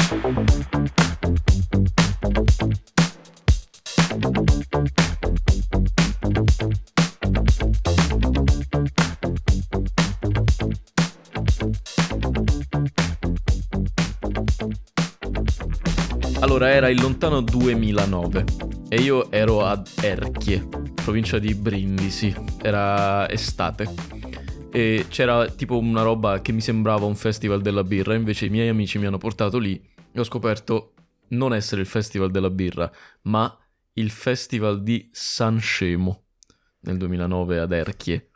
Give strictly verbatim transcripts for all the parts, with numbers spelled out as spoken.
Allora, era il lontano duemilanove e io ero ad Erchie, provincia di Brindisi, era estate e c'era tipo una roba che mi sembrava un festival della birra, invece i miei amici mi hanno portato lì e ho scoperto non essere il festival della birra, ma il festival di San Scemo nel duemilanove ad Erchie.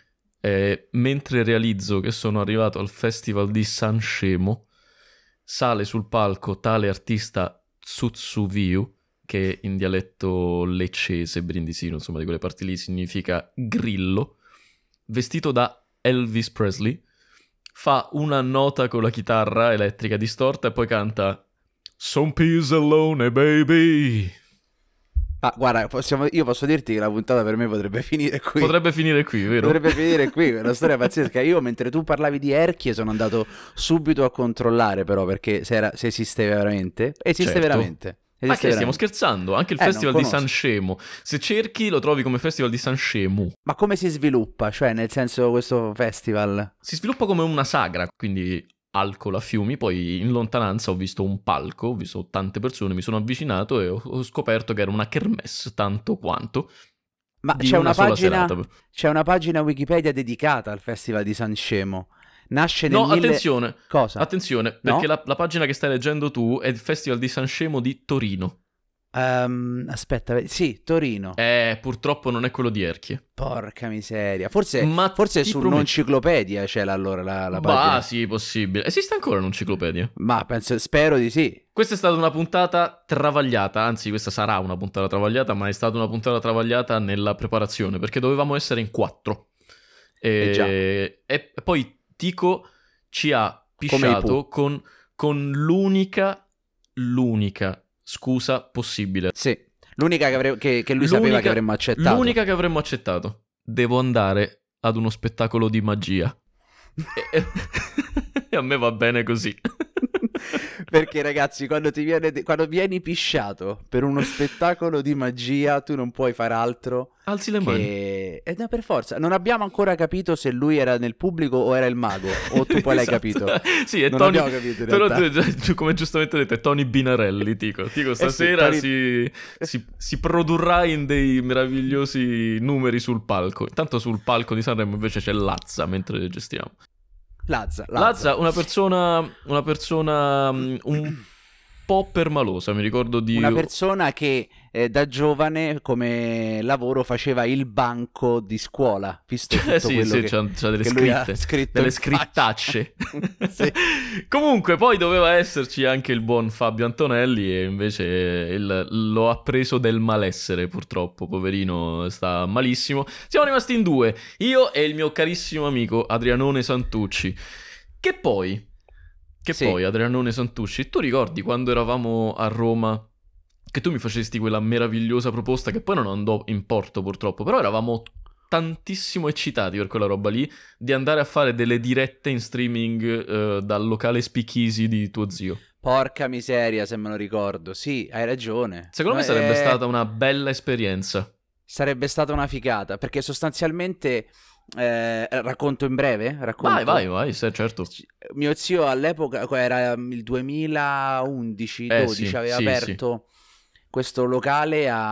E mentre realizzo che sono arrivato al festival di San Scemo, sale sul palco tale artista Tsutsuviu, che in dialetto leccese, brindisino, insomma di quelle parti lì, significa grillo, vestito da Elvis Presley, fa una nota con la chitarra elettrica distorta e poi canta Some peace alone, baby. Ah, guarda, possiamo, io posso dirti che la puntata per me potrebbe finire qui. Potrebbe finire qui, vero? Potrebbe finire qui, è una storia pazzesca. Io mentre tu parlavi di Erchie sono andato subito a controllare però perché se, era, se esiste veramente. Esiste Certo. veramente. Esiste Ma che veramente. stiamo scherzando? Anche il Eh, festival non di San conosco. Scemo. Se cerchi lo trovi come festival di San Scemo. Ma come si sviluppa? Cioè, nel senso, questo festival? Si sviluppa come una sagra, quindi alcol a fiumi, poi in lontananza ho visto un palco, ho visto tante persone, mi sono avvicinato e ho, ho scoperto che era una kermesse tanto quanto. Ma di c'è una una, sola pagina, serata. c'è una pagina Wikipedia dedicata al Festival di San Scemo. Nasce nel No, mille... attenzione, Cosa? attenzione, No? perché la, la pagina che stai leggendo tu è il Festival di San Scemo di Torino. Ehm, aspetta, ve- sì, Torino. Eh, purtroppo non è quello di Erchie. Porca miseria. Forse, Ma forse ti su prometto- un'enciclopedia c'è la- allora la, la Bah, pagina. sì, possibile. Esiste ancora un'enciclopedia? Ma penso, spero di sì. Questa è stata una puntata travagliata, anzi questa sarà una puntata travagliata, ma è stata una puntata travagliata nella preparazione, perché dovevamo essere in quattro. E, Eh già. e poi Tico ci ha Come i pisciato Pooh. con, con l'unica, l'unica scusa possibile. Sì. L'unica che, avre- che, che lui sapeva L'unica- che avremmo accettato. L'unica che avremmo accettato. Devo andare ad uno spettacolo di magia. e, e a me va bene così. Perché ragazzi, quando ti viene de- quando vieni pisciato per uno spettacolo di magia, tu non puoi fare altro Alzi le mani. che... Ed è per forza. Non abbiamo ancora capito se lui era nel pubblico o era il mago. O tu poi l'hai Esatto. capito. Sì, è Non Tony, abbiamo capito in però realtà. tu, tu, come giustamente hai detto, è Tony Binarelli, Tico. Tico stasera Tony- si, si, si produrrà in dei meravigliosi numeri sul palco. Intanto sul palco di Sanremo invece c'è Lazza mentre gestiamo. Lazza, Lazza. Lazza, una persona, una persona um, un po' permalosa, mi ricordo di... Una persona che eh, da giovane come lavoro faceva il banco di scuola, visto tutto Eh sì, quello sì, che, c'ha, c'ha delle che lui ha scritte, scritto delle in faccia. scrittacce. Sì. Comunque poi doveva esserci anche il buon Fabio Antonelli e invece il- lo ha preso del malessere purtroppo, poverino, sta malissimo. Siamo rimasti in due, io e il mio carissimo amico Adrianone Santucci, che poi... Che Sì. poi, Adrianone Santucci, tu ricordi quando eravamo a Roma che tu mi facesti quella meravigliosa proposta che poi non andò in porto purtroppo, però eravamo tantissimo eccitati per quella roba lì di andare a fare delle dirette in streaming eh, dal locale Speakeasy di tuo zio. Porca miseria, se me lo ricordo. Sì, hai ragione. Secondo me No, sarebbe eh, stata una bella esperienza. Sarebbe stata una figata, perché sostanzialmente... eh, racconto in breve? Racconto. Vai, vai, vai, sì, certo. Mio zio all'epoca, era il duemilaundici Eh, dodici, sì, aveva sì, aperto questo locale a,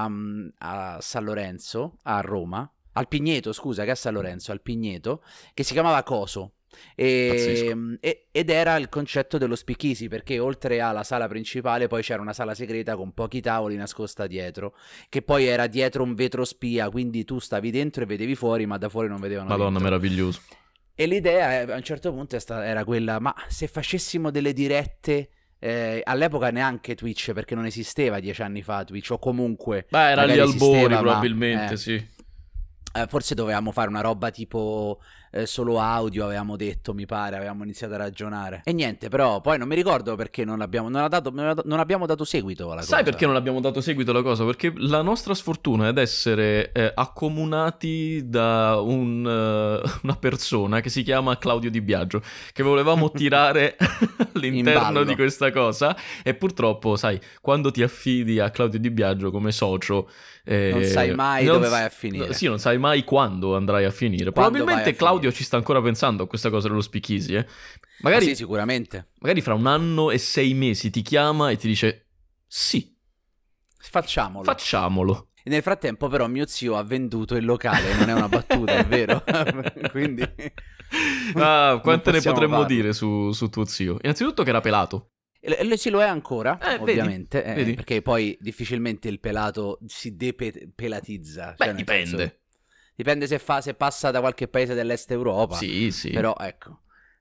a San Lorenzo, a Roma, al Pigneto, scusa, che a San Lorenzo, al Pigneto, che si chiamava Coso. E, Pazzesco. e- ed era il concetto dello speakeasy, perché oltre alla sala principale poi c'era una sala segreta con pochi tavoli nascosta dietro, che poi era dietro un vetro spia, quindi tu stavi dentro e vedevi fuori, ma da fuori non vedevano Madonna, dentro. meraviglioso. E l'idea eh, a un certo punto è sta- era quella, ma se facessimo delle dirette, eh, all'epoca neanche Twitch, perché non esisteva dieci anni fa Twitch, o comunque Beh, era magari agli albori esisteva, ma, probabilmente, eh, sì. eh, forse dovevamo fare una roba tipo eh, solo audio avevamo detto, mi pare, avevamo iniziato a ragionare. E niente, però poi non mi ricordo perché non abbiamo, non ha dato, non abbiamo dato seguito alla Sai cosa. perché non abbiamo dato seguito alla cosa? Perché la nostra sfortuna è ad essere eh, accomunati da un, uh, una persona che si chiama Claudio Di Biagio, che volevamo tirare all'interno di questa cosa, e purtroppo, sai, quando ti affidi a Claudio Di Biagio come socio... Eh, non sai mai non, dove vai a finire. Sì, non sai mai quando andrai a finire. Quando Probabilmente a Claudio finire. ci sta ancora pensando a questa cosa dello speakeasy, eh. Magari, ah, sì, sicuramente. Magari fra un anno e sei mesi ti chiama e ti dice sì, facciamolo. Facciamolo. E nel frattempo però mio zio ha venduto il locale, non è una battuta, è vero? Quindi... Ah, quante ne potremmo farlo. dire su, su tuo zio? Innanzitutto che era pelato. E sì, lo è ancora, eh, ovviamente, vedi, eh, vedi. perché poi difficilmente il pelato si depelatizza. Beh, cioè, dipende. Senso, dipende se, fa, se passa da qualche paese dell'est Europa. Sì, sì. Però, ecco,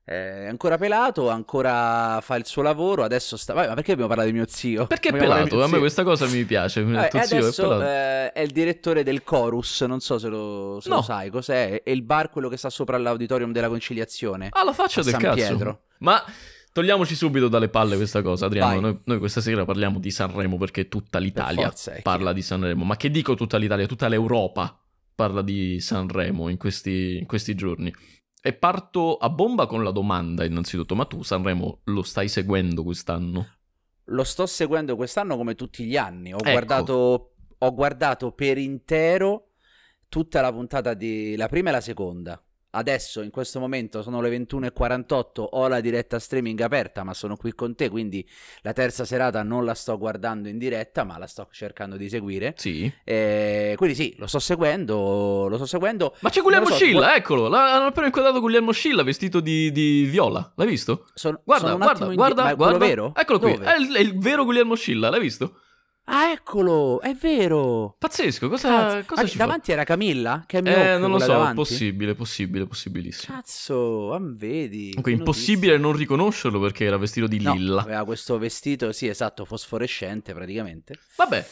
è ancora pelato, ancora fa il suo lavoro, adesso sta... Vabbè, ma perché dobbiamo parlare di mio zio? Perché è Dobbiamo pelato? A me questa cosa mi piace. Vabbè, tuo zio adesso è pelato. Eh, è il direttore del Chorus, non so se lo, se no. lo sai cos'è, è il bar quello che sta sopra l'Auditorium della Conciliazione. Ah, la faccia a del San cazzo. Pietro. Ma togliamoci subito dalle palle questa cosa, Adriano. Noi, noi questa sera parliamo di Sanremo perché tutta l'Italia forza, parla di Sanremo. Ma che dico tutta l'Italia? Tutta l'Europa parla di Sanremo in questi, in questi giorni. E parto a bomba con la domanda, innanzitutto. Ma tu Sanremo lo stai seguendo quest'anno? Lo sto seguendo quest'anno come tutti gli anni. Ho, ecco. guardato, ho guardato per intero tutta la puntata di la prima e la seconda. Adesso, in questo momento, sono le ventuno e quarantotto, ho la diretta streaming aperta, ma sono qui con te, quindi la terza serata non la sto guardando in diretta, ma la sto cercando di seguire. Sì. Eh, quindi sì, lo sto seguendo, lo sto seguendo. Ma c'è Guglielmo so, Scilla, gu- eccolo, l'hanno appena inquadrato Guglielmo Scilla vestito di, di viola, l'hai visto? Sono, Guarda, sono un guarda, attimo in guarda, di- ma guarda. quello vero? Eccolo qui, Dove? è il, è il vero Guglielmo Scilla, l'hai visto? Ah, eccolo, è vero. Pazzesco, cosa, Cazzo. cosa Ah, ci davanti era Camilla? Che è fa? mio Eh, occhio, non lo quella so, davanti? possibile, possibile, possibilissimo. Cazzo, ah, vedi. Comunque, che impossibile notizia. non riconoscerlo perché era vestito di No, lilla. aveva questo vestito, sì, esatto, fosforescente praticamente. Vabbè.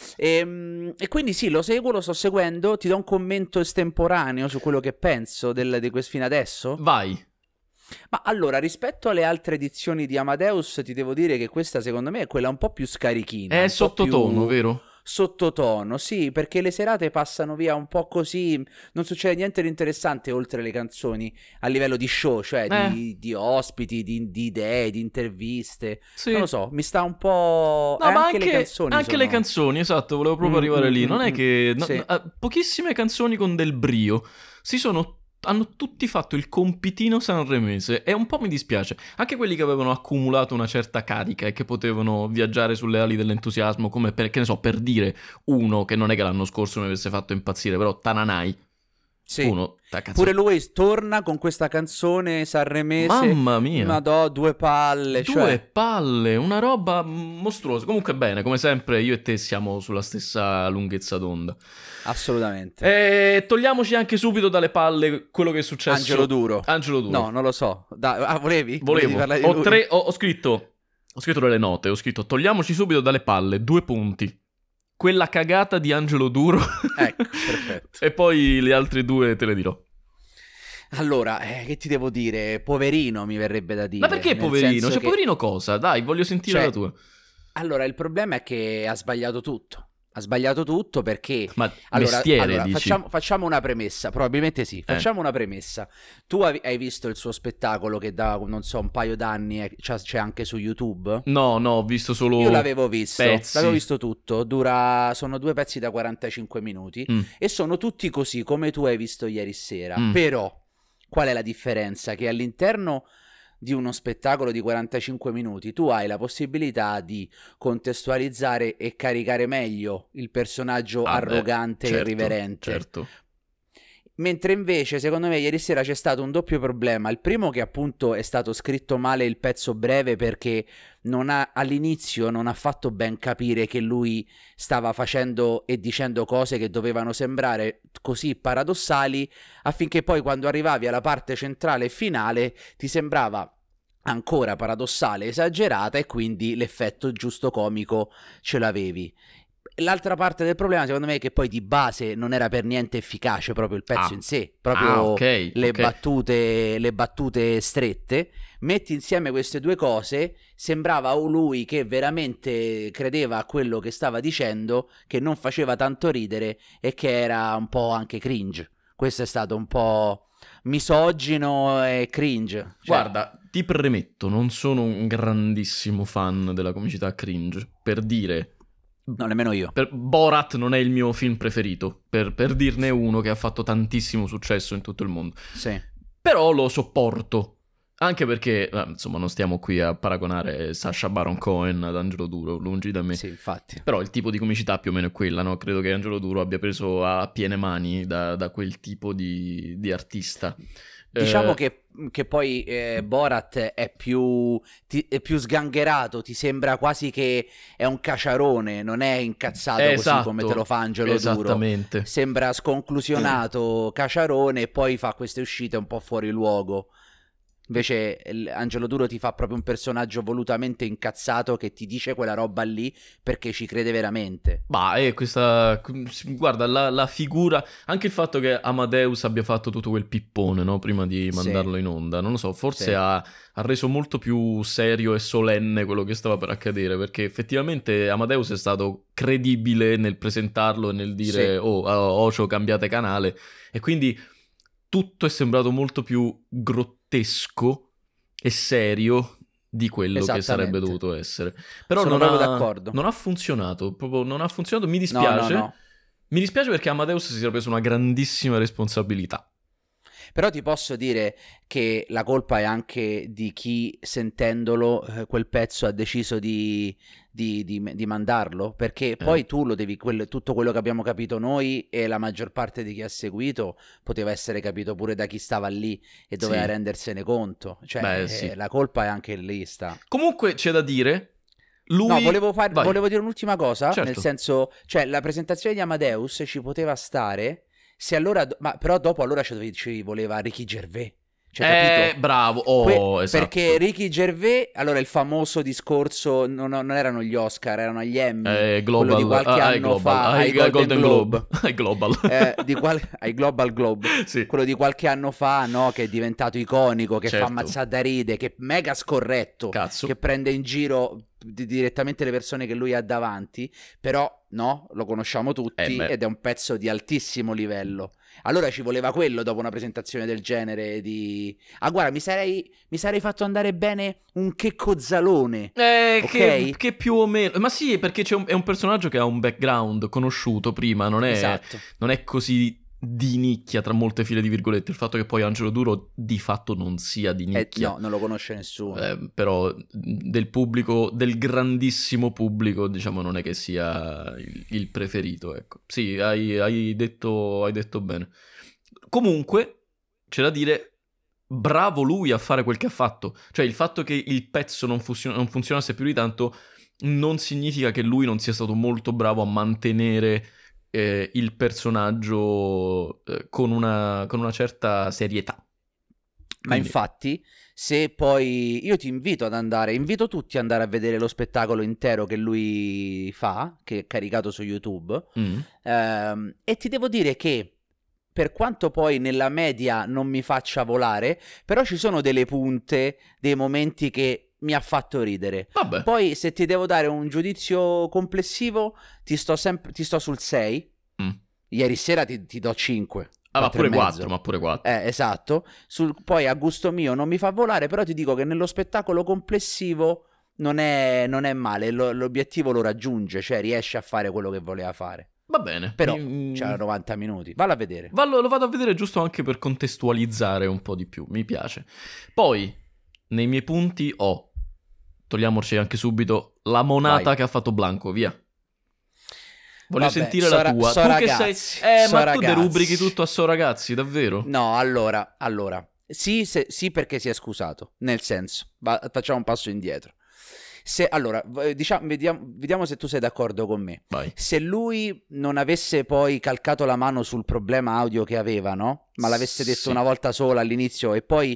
E, e quindi sì, lo seguo, lo sto seguendo. Ti do un commento estemporaneo su quello che penso del, di questo fino adesso. Vai. Ma allora, rispetto alle altre edizioni di Amadeus, ti devo dire che questa secondo me è quella un po' più scarichina. È un po' sottotono, più vero? Sottotono, sì, perché le serate passano via un po' così, non succede niente di interessante oltre le canzoni a livello di show, cioè Eh. di, di ospiti, di, di idee, di interviste. Sì. Non lo so, mi sta un po'... No, eh, ma anche, anche, le canzoni anche sono... le canzoni, esatto, volevo proprio Mm, arrivare mm, lì. mm, Non è mm. che... no, Sì. no, eh, pochissime canzoni con del brio. Si sono... Hanno tutti fatto il compitino sanremese e un po' mi dispiace. Anche quelli che avevano accumulato una certa carica e che potevano viaggiare sulle ali dell'entusiasmo, come per, che ne so, per dire uno che non è che l'anno scorso mi avesse fatto impazzire, però Tananai. Sì. Uno, ta, cazzo. Pure lui torna con questa canzone sanremese. Mamma mia. Madò, due palle. Due cioè... palle, una roba mostruosa. Comunque bene, come sempre io e te siamo sulla stessa lunghezza d'onda. Assolutamente. E togliamoci anche subito dalle palle quello che è successo. Angelo Duro. Angelo Duro. No, non lo so. Da... Ah, volevi? Volevo. Volevi parlare di Ho, lui? tre, ho, ho scritto ho scritto delle note, ho scritto togliamoci subito dalle palle, due punti. Quella cagata di Angelo Duro. Ecco, perfetto. E poi le altre due te le dirò. Allora, eh, che ti devo dire? Poverino mi verrebbe da dire. Ma perché nel poverino? senso Cioè, che- poverino cosa? Dai, voglio sentire Cioè, la tua. Allora, il problema è che ha sbagliato tutto. Ha sbagliato tutto perché... Ma Allora, mestiere, allora, dici? facciamo, facciamo una premessa, probabilmente sì, facciamo una premessa. Tu hai, hai visto il suo spettacolo che da, non so, un paio d'anni è- c'è, c'è anche su YouTube? No, no, ho visto solo Io l'avevo visto, pezzi. l'avevo visto tutto, dura, sono due pezzi da quarantacinque minuti Mm. e sono tutti così come tu hai visto ieri sera, Mm. però qual è la differenza? Che all'interno di uno spettacolo di quarantacinque minuti tu hai la possibilità di contestualizzare e caricare meglio il personaggio Ah, beh, arrogante certo, e irriverente. Certo. Mentre invece, secondo me, ieri sera c'è stato un doppio problema. Il primo che appunto è stato scritto male il pezzo breve perché non ha, all'inizio non ha fatto ben capire che lui stava facendo e dicendo cose che dovevano sembrare così paradossali, affinché poi quando arrivavi alla parte centrale e finale ti sembrava ancora paradossale, esagerata e quindi l'effetto giusto comico ce l'avevi. l'altra parte del problema secondo me è che poi di base non era per niente efficace proprio il pezzo Ah. in sé, proprio Ah, ok, le, ok. battute, le battute strette. Metti insieme queste due cose, sembrava o lui che veramente credeva a quello che stava dicendo, che non faceva tanto ridere e che era un po' anche cringe. Questo è stato un po' misogino e cringe. Cioè, Guarda, ti premetto, non sono un grandissimo fan della comicità cringe. Per dire, no, nemmeno io. per Borat non è il mio film preferito, per, per dirne uno che ha fatto tantissimo successo in tutto il mondo. Sì. Però lo sopporto. Anche perché, eh, insomma, non stiamo qui a paragonare Sacha Baron Cohen ad Angelo Duro, lungi da me. Sì, infatti. Però il tipo di comicità più o meno è quella, no? Credo che Angelo Duro abbia preso a piene mani da, da quel tipo di, di artista. Diciamo Eh, che, che poi eh, Borat è più, ti- è più sgangherato, ti sembra quasi che è un caciarone, non è incazzato così esatto, come te lo fa Angelo Duro. esattamente. Sembra sconclusionato, caciarone, e poi fa queste uscite un po' fuori luogo. Invece il- Angelo Duro ti fa proprio un personaggio volutamente incazzato che ti dice quella roba lì perché ci crede veramente. Bah, è questa... Guarda, la, la figura... Anche il fatto che Amadeus abbia fatto tutto quel pippone, no? Prima di Sì. mandarlo in onda. Non lo so, forse Sì. ha, ha reso molto più serio e solenne quello che stava per accadere. Perché effettivamente Amadeus è stato credibile nel presentarlo e nel dire Sì. oh, oh, Ocio, cambiate canale. E quindi tutto è sembrato molto più grottesco e serio di quello che Esattamente. sarebbe dovuto essere. Però Sono non proprio ha, d'accordo. non ha funzionato, proprio non ha funzionato, mi No, no, dispiace. no. Mi dispiace perché Amadeus si era preso una grandissima responsabilità. Però ti posso dire che la colpa è anche di chi, sentendolo, eh, quel pezzo ha deciso di, di, di, di mandarlo, perché poi Eh. tu lo devi, quel- tutto quello che abbiamo capito noi e la maggior parte di chi ha seguito poteva essere capito pure da chi stava lì e doveva Sì. rendersene conto. Cioè, Beh, eh, sì. la colpa è anche lì sta. Comunque c'è da dire, lui... No, volevo, far- Vai. volevo dire un'ultima cosa, Certo. nel senso, cioè la presentazione di Amadeus ci poteva stare, se allora, ma però dopo allora ci, dovevi- ci voleva Ricky Gervais, cioè, Eh, capito? bravo, oh, Que- esatto. Perché Ricky Gervais, allora il famoso discorso, non, non erano gli Oscar, erano gli Emmy, Eh, Global, quello di qualche ah, ai anno Global, fa, ai, ai ai Golden, Globe, ai Global. eh, di qual- ai Global Globe, Sì. quello di qualche anno fa, no, che è diventato iconico, che Certo. fa ammazzare da ride, che è mega scorretto, Cazzo. che prende in giro di- direttamente le persone che lui ha davanti, però no, lo conosciamo tutti Eh, beh. ed è un pezzo di altissimo livello. Allora ci voleva quello dopo una presentazione del genere di... Ah, guarda, mi sarei, mi sarei fatto andare bene un Checco Zalone. Eh, Ok? che, che più o meno... Ma sì, perché c'è un- è un personaggio che ha un background conosciuto prima, non è, Esatto. non è così di nicchia tra molte file di virgolette. Il fatto che poi Angelo Duro di fatto non sia di Eh, nicchia. no, non lo conosce nessuno. Eh, però del pubblico, del grandissimo pubblico, diciamo, non è che sia il, il preferito, ecco. Sì, hai, hai detto, hai detto bene. Comunque, c'è da dire, bravo lui a fare quel che ha fatto. Cioè, il fatto che il pezzo non, funziona- non funzionasse più di tanto non significa che lui non sia stato molto bravo a mantenere eh, il personaggio eh, con una, con una certa serietà. Ma Quindi- infatti, se poi io ti invito ad andare, invito tutti ad andare a vedere lo spettacolo intero che lui fa, che è caricato su YouTube, Mm. ehm, e ti devo dire che per quanto poi nella media non mi faccia volare, però ci sono delle punte, dei momenti che mi ha fatto ridere. Vabbè. Poi se ti devo dare un giudizio complessivo, ti sto sempre, ti sto sul sei. Mm. Ieri sera ti, ti do cinque. Ah, ma quattro e pure mezzo. quattro, ma pure quattro. Eh, esatto. Sul- poi a gusto mio non mi fa volare, però ti dico che nello spettacolo complessivo non è, non è male. Lo- l'obiettivo lo raggiunge, cioè riesce a fare quello che voleva fare. Va bene. Però Mi- c'era novanta minuti. Vallo a vedere. Vallo- lo vado a vedere giusto anche per contestualizzare un po' di più. Mi piace. Poi, nei miei punti ho, togliamoci anche subito, la monata Vai. che ha fatto Blanco, via. Voglio Vabbè, sentire so la ra- tua. so tu ragazzi, che sei... Eh, so ma tu ragazzi. derubrichi tutto a so ragazzi, davvero? No, allora, allora. Sì, se- sì, perché si è scusato. Nel senso, va- facciamo un passo indietro. Se, allora, v- diciamo, vediamo, vediamo se tu sei d'accordo con me. Vai. Se lui non avesse poi calcato la mano sul problema audio che aveva, no? Ma l'avesse detto Sì. una volta sola all'inizio e poi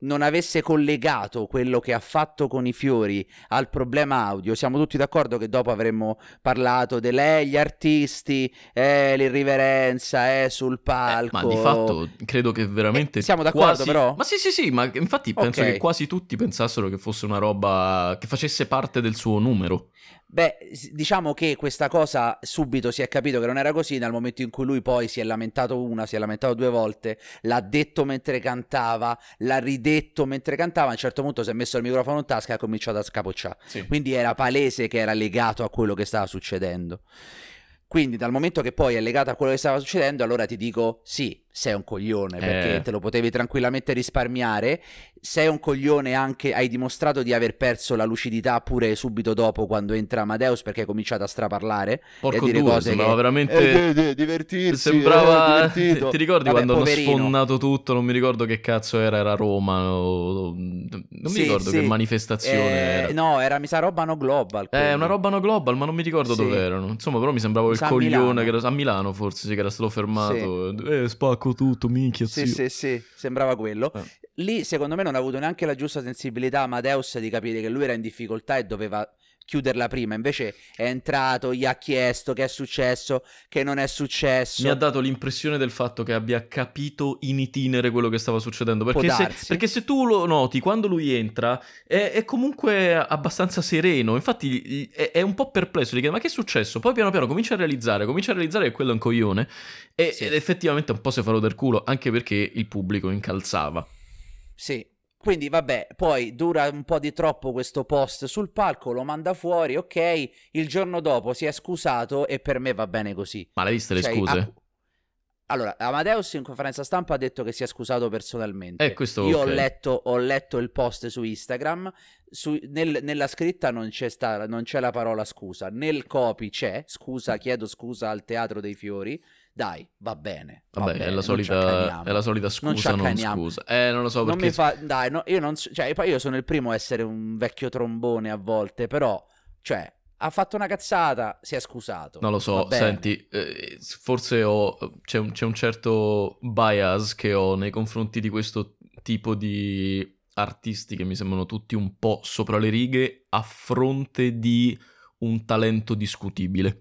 non avesse collegato quello che ha fatto con i fiori al problema audio, siamo tutti d'accordo che dopo avremmo parlato di lei, gli artisti, eh, l'irriverenza, eh, sul Eh, ma palco. di fatto credo che veramente Eh, siamo d'accordo, quasi... però? Ma sì, sì, sì, ma infatti penso Ok. che quasi tutti pensassero che fosse una roba che facesse parte del suo numero. Beh, s- diciamo che questa cosa subito si è capito che non era così nel momento in cui lui poi si è lamentato una, si è lamentato due volte, l'ha detto mentre cantava, l'ha ridetto mentre cantava, a un certo punto si è messo il microfono in tasca e ha cominciato a scapocciare. Sì. Quindi era palese che era legato a quello che stava succedendo. Quindi dal momento che poi è legato a quello che stava succedendo, allora ti dico sì, sei un coglione, perché Eh. te lo potevi tranquillamente risparmiare. Sei un coglione anche, hai dimostrato di aver perso la lucidità pure subito dopo quando entra Amadeus, perché hai cominciato a straparlare e a Porco dire due, cose sembrava che veramente... eh, eh, eh, divertirsi, Sembrava... eh, Ti, divertito. ti ricordi Vabbè, quando hanno poverino. sfondato tutto? Non mi ricordo che cazzo era, era Roma o... Non mi Sì, ricordo che sì. manifestazione Eh, era. no, era mi sa roba no global Eh, una quello. roba no global, ma non mi ricordo Sì. dove erano. Insomma, però mi sembrava Mi il sa a coglione Milano. che era a Milano, forse, sì, che era stato fermato. Eh, spacco tutto, minchia, Sì, zio. sì, sì, sembrava quello. Eh. Lì, secondo me, non ha avuto neanche la giusta sensibilità Amadeus di capire che lui era in difficoltà e doveva chiuderla prima. Invece è entrato, gli ha chiesto che è successo, che non è successo. Mi ha dato l'impressione del fatto che abbia capito in itinere quello che stava succedendo. Può Perché se, darsi. perché se tu lo noti, quando lui entra, è, è comunque abbastanza sereno. Infatti è, è un po' perplesso. Gli chiede, ma che è successo? Poi piano piano comincia a realizzare, comincia a realizzare che quello è un coglione. E, Sì. Ed effettivamente un po' si farò del culo, anche perché il pubblico incalzava. Sì. Quindi vabbè, poi dura un po' di troppo questo post sul palco, lo manda fuori, ok, il giorno dopo si è scusato e per me va bene così. Ma l'hai viste le Cioè, scuse? ha- Allora, Amadeus in conferenza stampa ha detto che si è scusato personalmente. Eh, questo Io ok. ho letto, ho letto il post su Instagram, su- nel- nella scritta non c'è, sta- non c'è la parola scusa, nel copy c'è, scusa, chiedo scusa al Teatro dei Fiori. Dai, va bene, va Vabbè, bene, è la non ci solita, accaniamo. è la solita Non ci scusa, non accaniamo. scusa. Eh, non lo so Non perché... mi fa, dai, no, io non, so- cioè, poi io sono il primo a essere un vecchio trombone a volte, però, cioè, ha fatto una cazzata, si è scusato. Non lo Va so, bene. senti, eh, forse ho, c'è, un, c'è un certo bias che ho nei confronti di questo tipo di artisti che mi sembrano tutti un po' sopra le righe a fronte di un talento discutibile.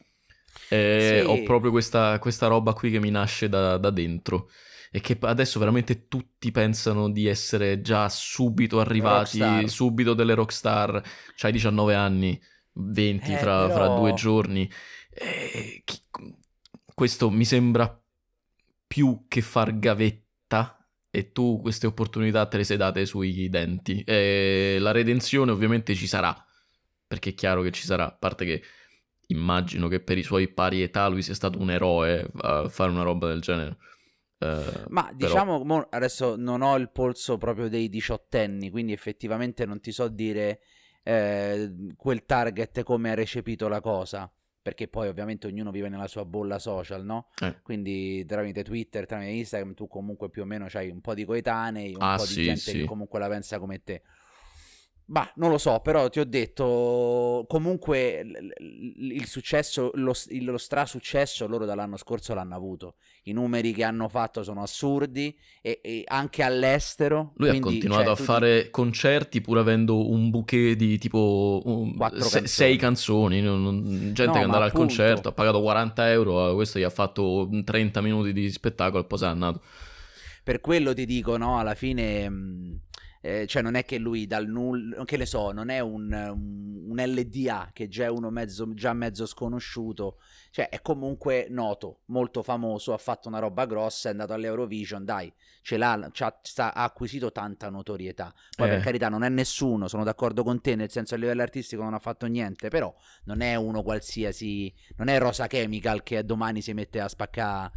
Eh, Sì. Ho proprio questa, questa roba qui che mi nasce da, da dentro e che adesso veramente tutti pensano di essere già subito arrivati, Rockstar. subito delle rockstar. C'hai diciannove anni, venti Eh, fra, però- fra due giorni. Eh, chi- questo mi sembra più che far gavetta e tu queste opportunità te le sei date sui denti. E la redenzione ovviamente ci sarà, perché è chiaro che ci sarà, a parte che immagino che per i suoi pari età lui sia stato un eroe a fare una roba del genere. Eh, Ma però- diciamo, mo adesso non ho il polso proprio dei diciottenni, quindi effettivamente non ti so dire eh, quel target come ha recepito la cosa, perché poi ovviamente ognuno vive nella sua bolla social, no? Eh. Quindi tramite Twitter, tramite Instagram, tu comunque più o meno hai un po' di coetanei, un Ah, po' di sì, gente sì. che comunque la pensa come te. Bah, non lo so, però ti ho detto, comunque l- l- il successo, lo, il- lo strasuccesso loro dall'anno scorso l'hanno avuto. I numeri che hanno fatto sono assurdi e, e anche all'estero. Lui quindi, ha continuato cioè, a tu fare concerti pur avendo un bouquet di tipo um, Quattro se- canzoni. sei canzoni. non- non- gente No, che ma andava al appunto. concerto, ha pagato quaranta euro, questo gli ha fatto trenta minuti di spettacolo e poi se n'è andato. Per quello ti dico, no, alla fine, mh, eh, cioè non è che lui dal nulla, che ne so, non è un, un, un L D A che già è uno mezzo, già mezzo sconosciuto, cioè è comunque noto, molto famoso, ha fatto una roba grossa, è andato all'Eurovision, dai, ce l'ha, c'ha- sta- ha acquisito tanta notorietà. Poi Eh. per carità non è nessuno, sono d'accordo con te, nel senso a livello artistico non ha fatto niente, però non è uno qualsiasi, non è Rosa Chemical che domani si mette a spaccare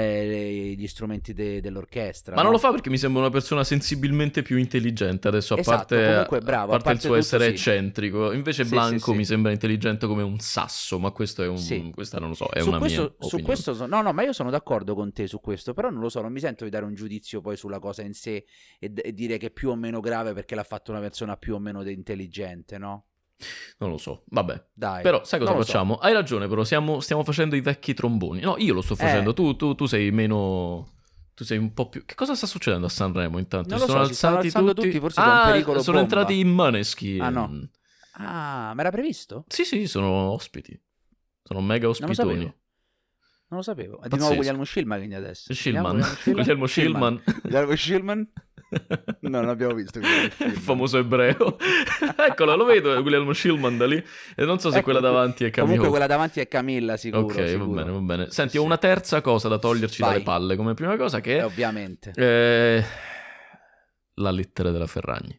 eh, gli strumenti de- dell'orchestra. Ma non no? lo fa perché mi sembra una persona sensibilmente più intelligente adesso, a Esatto, parte, comunque è bravo, a a parte il parte suo tutto, essere sì. eccentrico. Invece Sì, Blanco sì, sì. mi sembra intelligente come un sasso, ma questo è un... Sì. questa non lo so, è Su una questo, mia su opinione. questo so- no, no, ma io sono d'accordo con te su questo, però non lo so, non mi sento di dare un giudizio poi sulla cosa in sé e, d- e dire che è più o meno grave perché l'ha fatto una persona più o meno de- intelligente, no? Non lo so, vabbè. Dai, Però sai cosa non lo so. facciamo? Hai ragione, però siamo, stiamo facendo i vecchi tromboni. No, io lo sto facendo, Eh. tu, tu, tu sei meno... tu sei un po' più... Che cosa sta succedendo a Sanremo intanto? Non lo sono so, si stanno alzati alzando tutti... tutti, forse c'è un Ah, pericolo sono bomba. entrati in Måneskin. Ah no. Ah, ma era previsto? Sì, sì, sono ospiti. Sono mega Non lo sapevo. ospitoni. Non lo sapevo. È di Pazzesco. nuovo Guglielmo Scilman quindi adesso. Scilman. Guglielmo Scilman. Guglielmo Scilman? No, non abbiamo visto il famoso ebreo. Eccolo, lo vedo Guglielmo Scilman da lì. E non so se Ecco, quella davanti è Camilla. Comunque quella davanti è Camilla, sicuro. Ok, sicuro. va bene, va bene. Senti, Sì. ho una terza cosa da toglierci Vai. dalle palle come prima cosa che Eh, è... ovviamente. Eh, la lettera della Ferragni.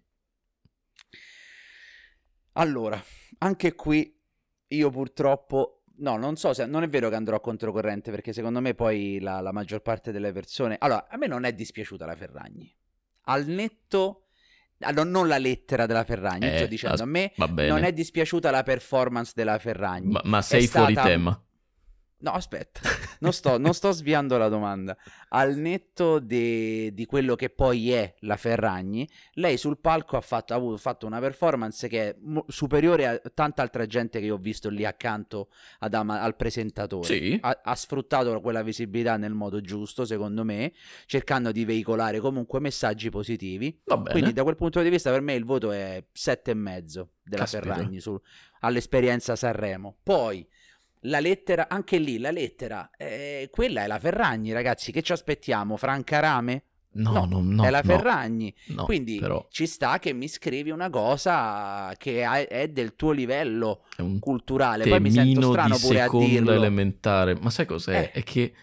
Allora, anche qui io purtroppo... No, non so se... Non è vero che andrò controcorrente, perché secondo me poi la, la maggior parte delle persone... Allora, a me non è dispiaciuta la Ferragni. Al netto... Allora, non la lettera della Ferragni, Eh, sto dicendo, as- a me va bene. non è dispiaciuta la performance della Ferragni. Ma, ma È sei fuori stata- tema. No, aspetta, non sto, non sto sviando la domanda. Al netto de- di quello che poi è la Ferragni, lei sul palco ha fatto, ha avuto- fatto una performance che è mo- superiore a tanta altra gente che io ho visto lì accanto ad Ama- al presentatore. Sì. Ha, ha sfruttato quella visibilità nel modo giusto, secondo me, cercando di veicolare comunque messaggi positivi. Va bene. Quindi da quel punto di vista per me il voto è sette e mezzo della Caspita. Ferragni sul- all'esperienza Sanremo. Poi la lettera, anche lì la lettera, eh, quella è la Ferragni, ragazzi. Che ci aspettiamo? Franca Rame? No, No, no, no. è la no, Ferragni. no, Quindi però ci sta che mi scrivi una cosa che ha- è del tuo livello è un culturale. Poi mi sento temino strano di pure a seconda dirlo. elementare. Ma sai cos'è? Eh. È che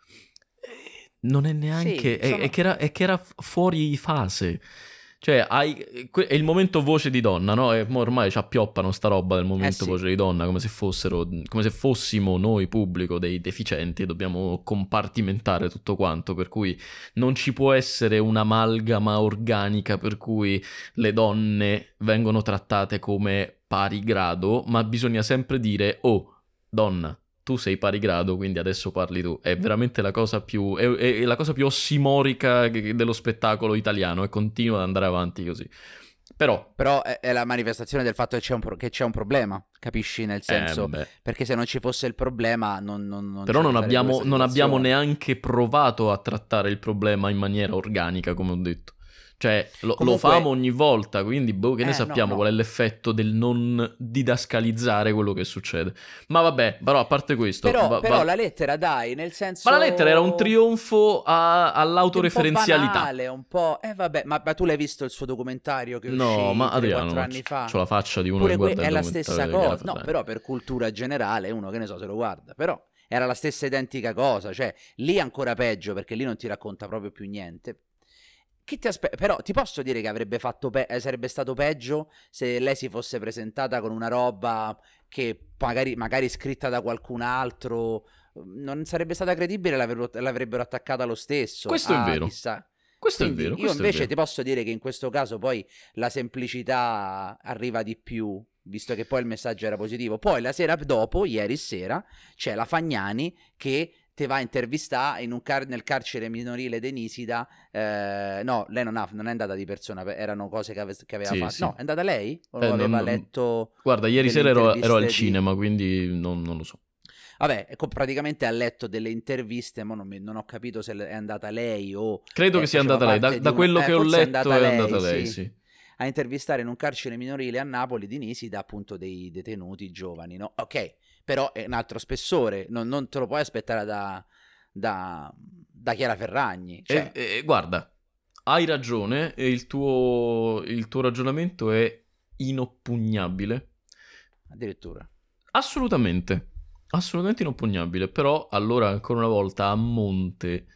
eh, non è neanche... Sì, è, sono- è che era, è che era f- fuori fase. Cioè, hai, que- è il momento voce di donna, no? E mo ormai ci appioppano sta roba del momento sì. voce di donna, come se fossero, come se fossimo noi pubblico dei deficienti e dobbiamo compartimentare tutto quanto, per cui non ci può essere un'amalgama organica per cui le donne vengono trattate come pari grado, ma bisogna sempre dire, oh, donna, tu sei pari grado, quindi adesso parli tu. È veramente la cosa più, è, è- è la cosa più ossimorica che- dello spettacolo italiano e continua ad andare avanti così. Però, Però è, è la manifestazione del fatto che c'è un, pro- che c'è un problema, capisci? Nel senso, eh, beh. perché se non ci fosse il problema non, non, non Però ci non sarebbe abbiamo, questa non abbiamo situazione. neanche provato a trattare il problema in maniera organica, come ho detto. Cioè, lo, Comunque- lo famo ogni volta, quindi boh, che ne Eh, no, sappiamo no. qual è l'effetto del non didascalizzare quello che succede. Ma vabbè, però a parte questo... Però, va- però va- la lettera, dai, nel senso... Ma la lettera era un trionfo a- Un po' all'autoreferenzialità. banale, un po'... Eh vabbè, ma, ma tu l'hai visto il suo documentario che No, uscì ma tre Adriano, quattro ma anni c- fa? c'ho la faccia di uno Pure che que- guarda è il la documentario stessa di Chiara cosa. No, Ferragni. però per cultura generale uno che ne so se lo guarda. Però era la stessa identica cosa. Cioè, lì è ancora peggio perché lì non ti racconta proprio più niente. Chi ti aspe- Però ti posso dire che avrebbe fatto pe- eh, sarebbe stato peggio se lei si fosse presentata con una roba che magari, magari scritta da qualcun altro. Non sarebbe stata credibile, l'avrebbero, l'avrebbero attaccata lo stesso. Questo è Ah, vero. chissà. Questo Quindi è vero, io questo è invece vero. ti posso dire che in questo caso poi la semplicità arriva di più, visto che poi il messaggio era positivo. Poi la sera dopo, ieri sera, c'è la Fagnani che te va a intervistare in un car- nel carcere minorile di Nisida. Eh, no, lei non, ha, non è andata di persona, erano cose che, ave- che aveva Sì, fatto. sì. No, è andata lei? O Eh, aveva non- non- letto... Guarda, ieri delle sera ero, ero al interviste di- cinema, quindi non, non lo so. Vabbè, ecco, praticamente ha letto delle interviste, ma non, mi- non ho capito se è andata lei o... Credo eh, che sia faceva andata lei. Da, parte da di una- quello eh, che ho forse è letto andata è lei, andata lei, sì. sì. A intervistare in un carcere minorile a Napoli di Nisida appunto dei detenuti giovani, no? Ok, però è un altro spessore, non, non te lo puoi aspettare da, da, da Chiara Ferragni. Cioè, E- e- guarda, hai ragione e il tuo, il tuo ragionamento è inoppugnabile. addirittura. Assolutamente, assolutamente inoppugnabile. Però allora ancora una volta a monte,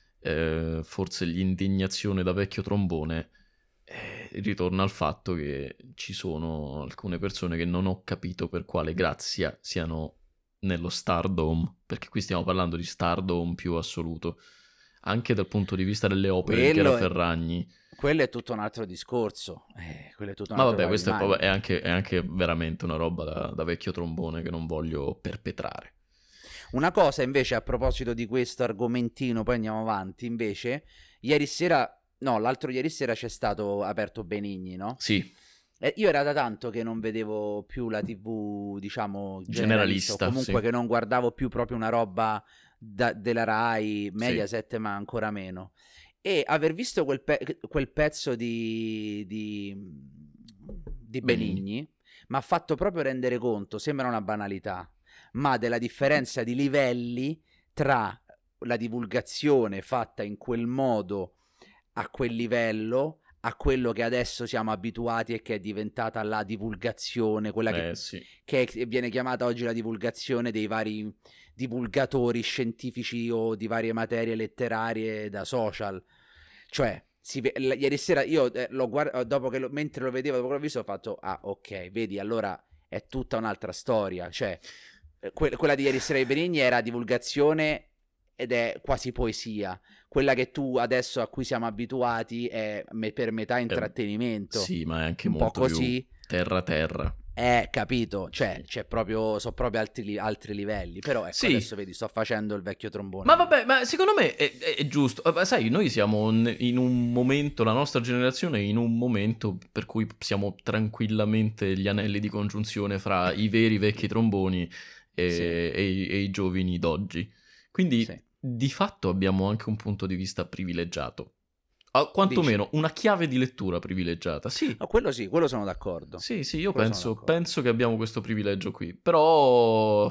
eh, forse l'indignazione da vecchio trombone, eh, ritorna al fatto che ci sono alcune persone che non ho capito per quale grazia siano nello stardom, perché qui stiamo parlando di stardom più assoluto, anche dal punto di vista delle opere di Quello Chiara è- Ferragni. Quello è tutto un altro discorso. Eh, quello è tutto un Ma altro vabbè, questo è, paio di proprio- è maniche. anche, è anche veramente una roba da, da vecchio trombone che non voglio perpetrare. Una cosa invece a proposito di questo argomentino, poi andiamo avanti, invece, ieri sera, no, l'altro ieri sera c'è stato aperto Benigni, no? Sì, Eh, io era da tanto che non vedevo più la tivù, diciamo, generalista, Generalista, o comunque sì. che non guardavo più proprio una roba da, della Rai, Mediaset, sì, ma ancora meno. E aver visto quel, pe- quel pezzo di, di, di Benigni mi ha fatto proprio rendere conto, sembra una banalità, ma della differenza di livelli tra la divulgazione fatta in quel modo a quel livello a quello che adesso siamo abituati e che è diventata la divulgazione, quella eh, che, sì. che viene chiamata oggi la divulgazione dei vari divulgatori scientifici o di varie materie letterarie da social. Cioè, si, l- ieri sera io eh, l'ho guardato, dopo che lo, mentre lo vedevo, dopo che l'ho visto, ho fatto, ah ok, vedi, allora è tutta un'altra storia. Cioè, que- quella di ieri sera di Benigni era divulgazione ed è quasi poesia. Quella che tu adesso a cui siamo abituati è me- per metà intrattenimento. Eh, sì, ma è anche un molto po' così. più terra terra. Eh, capito, cioè, Sì. c'è proprio, sono proprio altri, altri livelli. Però ecco, Sì. adesso vedi, sto facendo il vecchio trombone. Ma vabbè, ma secondo me è, è, è giusto. Ma sai, noi siamo in un momento, la nostra generazione è in un momento per cui siamo tranquillamente gli anelli di congiunzione fra i veri vecchi tromboni e, Sì. e, i, e i giovani d'oggi. Quindi, Sì. di fatto, abbiamo anche un punto di vista privilegiato. O quantomeno Dici? una chiave di lettura privilegiata, sì. No, quello sì, quello sono d'accordo. Sì, sì, io Quello sono penso, d'accordo. penso che abbiamo questo privilegio qui. Però,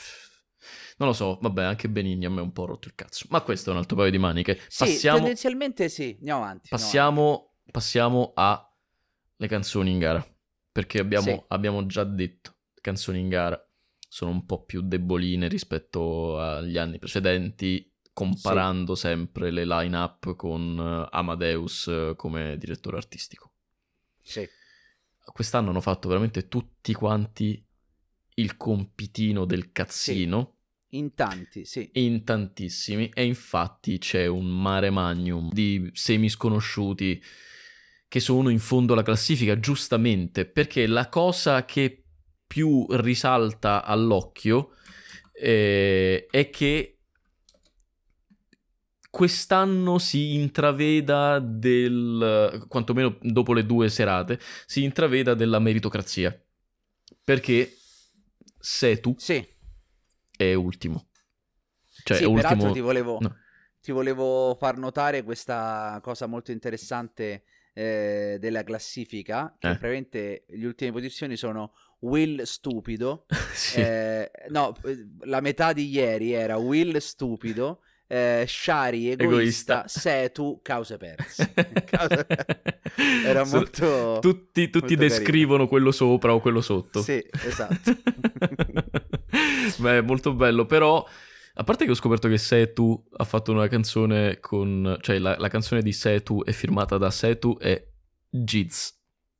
non lo so, vabbè, anche Benigni a me è un po' rotto il cazzo. Ma questo è un altro paio di maniche. Sì, Passiamo, tendenzialmente sì, andiamo avanti. andiamo passiamo, passiamo alle canzoni in gara. Perché abbiamo, Sì. abbiamo già detto, le canzoni in gara sono un po' più deboline rispetto agli anni precedenti, comparando sempre le line-up con uh, Amadeus uh, come direttore artistico. Sì. Quest'anno hanno fatto veramente tutti quanti il compitino del cazzino. Sì. In tanti, sì. In tantissimi. E infatti c'è un mare magnum di semi sconosciuti che sono in fondo alla classifica, giustamente, perché la cosa che più risalta all'occhio eh, è che quest'anno si intraveda del, quantomeno dopo le due serate, si intraveda della meritocrazia. Perché Setu sì. è ultimo. Cioè, sì, è peraltro ultimo... ti volevo, no. ti volevo far notare questa cosa molto interessante eh, della classifica, che Eh. praticamente le ultime posizioni sono Will Stupido, sì. eh, no, la metà di ieri era Will Stupido, Eh, Shari egoista, egoista. Setu cause perse. Cause... era so, molto tutti, tutti molto descrivono carino. quello sopra o quello sotto. Sì, esatto. Beh, molto bello. Però a parte che ho scoperto che Setu ha fatto una canzone con, cioè la, la canzone di Setu è firmata da Setu e Giz.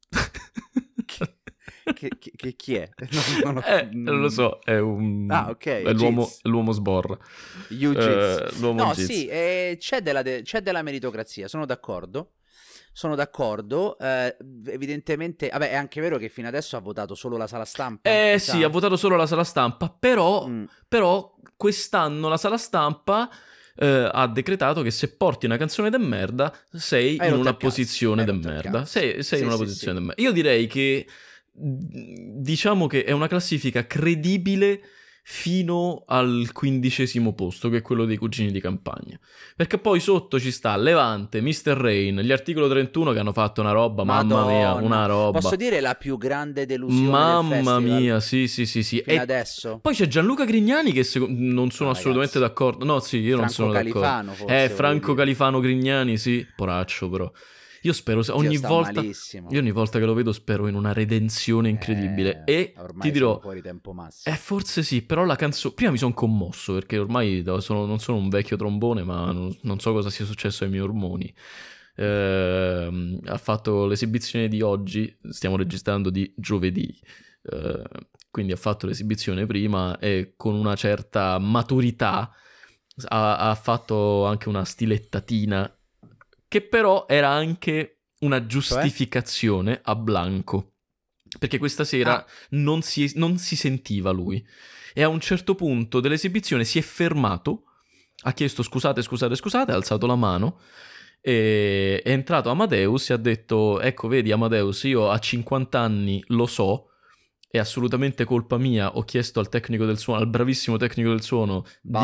Che, che, che chi è? Non, non, eh, non lo so, è un... Ah, ok, è l'uomo, è l'uomo sborra. Uh, l'uomo no, Giz. sì, eh, c'è, della de- c'è della meritocrazia, sono d'accordo. Sono d'accordo. Eh, evidentemente, vabbè, è anche vero che fino adesso ha votato solo la sala stampa. Eh sì, sa? ha votato solo la sala stampa, però, mm. però quest'anno la sala stampa eh, ha decretato che se porti una canzone de merda sei Hai in rotto una il cazzo. posizione Hai de rotto il merda. cazzo. Sei, sei Sì, in una sì, posizione sì. de merda. Io direi che diciamo che è una classifica credibile fino al quindicesimo posto, che è quello dei cugini di campagna, perché poi sotto ci sta Levante, mister Rain, gli articolo trentuno che hanno fatto una roba, Madonna. mamma mia, una roba. Posso dire la più grande delusione mamma del festival? mia, sì sì sì sì. Fino e adesso. Poi c'è Gianluca Grignani che secondo... non sono no, assolutamente ragazzi. d'accordo. No, sì, io Franco non sono Califano, d'accordo. forse, Eh, Franco dire. Califano Grignani, sì, poraccio però. Io spero, ogni sta volta, malissimo. io ogni volta che lo vedo spero in una redenzione incredibile. Eh, e ormai ti dirò, siamo fuori tempo massimo. Eh, forse sì, però la canzone... Prima mi sono commosso, perché ormai sono, non sono un vecchio trombone, ma non, non so cosa sia successo ai miei ormoni. Eh, ha fatto l'esibizione di oggi, stiamo registrando di giovedì, eh, quindi ha fatto l'esibizione prima e con una certa maturità ha, ha fatto anche una stilettatina, che però era anche una giustificazione a Blanco, perché questa sera Ah. non, si, non si sentiva lui, e a un certo punto dell'esibizione si è fermato, ha chiesto scusate, scusate, scusate, ha alzato la mano, e è entrato Amadeus e ha detto ecco vedi Amadeus, io a cinquanta anni lo so, è assolutamente colpa mia, ho chiesto al tecnico del suono, al bravissimo tecnico del suono di,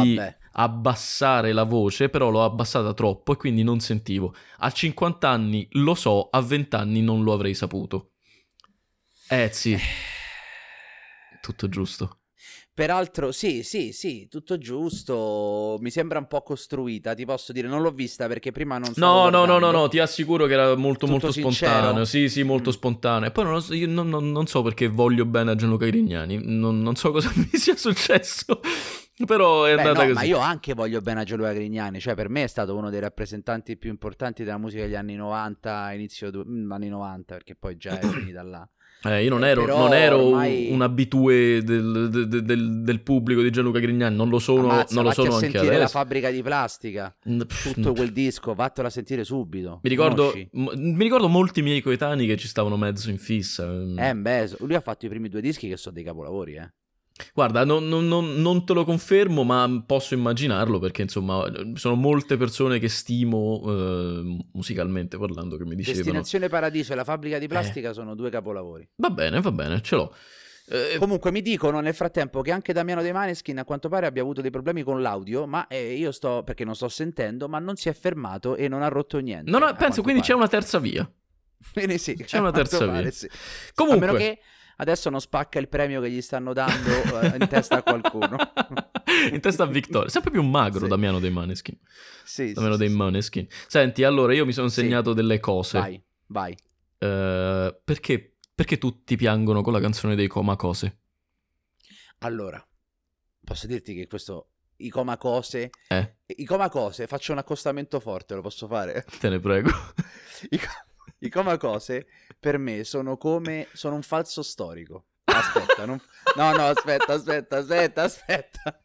abbassare la voce, però l'ho abbassata troppo e quindi non sentivo. A cinquanta anni lo so, a venti anni non lo avrei saputo. Eh sì, tutto giusto. Peraltro, sì, sì, sì, tutto giusto. Mi sembra un po' costruita, ti posso dire. Non l'ho vista perché prima non stavo No, no, no, guardando. no, no, ti assicuro che era molto, Tutto molto sincero? spontaneo. Sì, sì, molto Mm. spontaneo. E poi non, lo so, io non, non- non so perché voglio bene a Gianluca Grignani. Non, non so cosa mi sia successo. Però è Beh, andata no, ma così. io anche voglio bene a Gianluca Grignani. Cioè, per me è stato uno dei rappresentanti più importanti della musica degli anni novanta, inizio du- mm, anni novanta, perché poi già è finita là. Eh, io non Eh, ero, però non ero ormai... un abitué del, de- de- del- del pubblico di Gianluca Grignani. Non lo sono, Ammazza, non lo vatti a sono anche sentire La adesso. fabbrica di plastica. Mm, pff, Tutto mm, quel disco, vattelo a sentire subito. Mi ricordo, Conosci? m- mi ricordo molti miei coetanei che ci stavano mezzo in fissa. Eh, beh, so- lui ha fatto i primi due dischi che sono dei capolavori, eh. Guarda, non, non- non- non te lo confermo, ma posso immaginarlo perché insomma sono molte persone che stimo eh, musicalmente parlando che mi dicevano. Destinazione Paradiso e La fabbrica di Eh, plastica sono due capolavori. va bene, va bene, ce l'ho. Eh, Comunque mi dicono nel frattempo che anche Damiano De Maneskin a quanto pare abbia avuto dei problemi con l'audio, ma eh, io sto, perché non sto sentendo, ma non si è fermato e non ha rotto niente. non ho- a penso quanto quindi c'è pare. una terza via. Quindi sì, C'è a una quanto terza pare, via. sì. Comunque. A meno che adesso non spacca il premio che gli stanno dando eh, in testa a qualcuno. In testa a Vittoria. Sempre più magro Sì. Damiano dei Maneskin. Sì, Damiano sì, dei sì, sì. Maneskin. Senti, allora io mi sono Sì. segnato delle cose. Vai, vai. Eh, perché, perché tutti piangono con la canzone dei Coma Cose? Allora, posso dirti che questo i Coma Cose, Eh, i Coma Cose, faccio un accostamento forte, lo posso fare? te ne prego. I, co- i Coma Cose per me sono come sono un falso storico. Aspetta, non... no, no, aspetta, aspetta, aspetta, aspetta.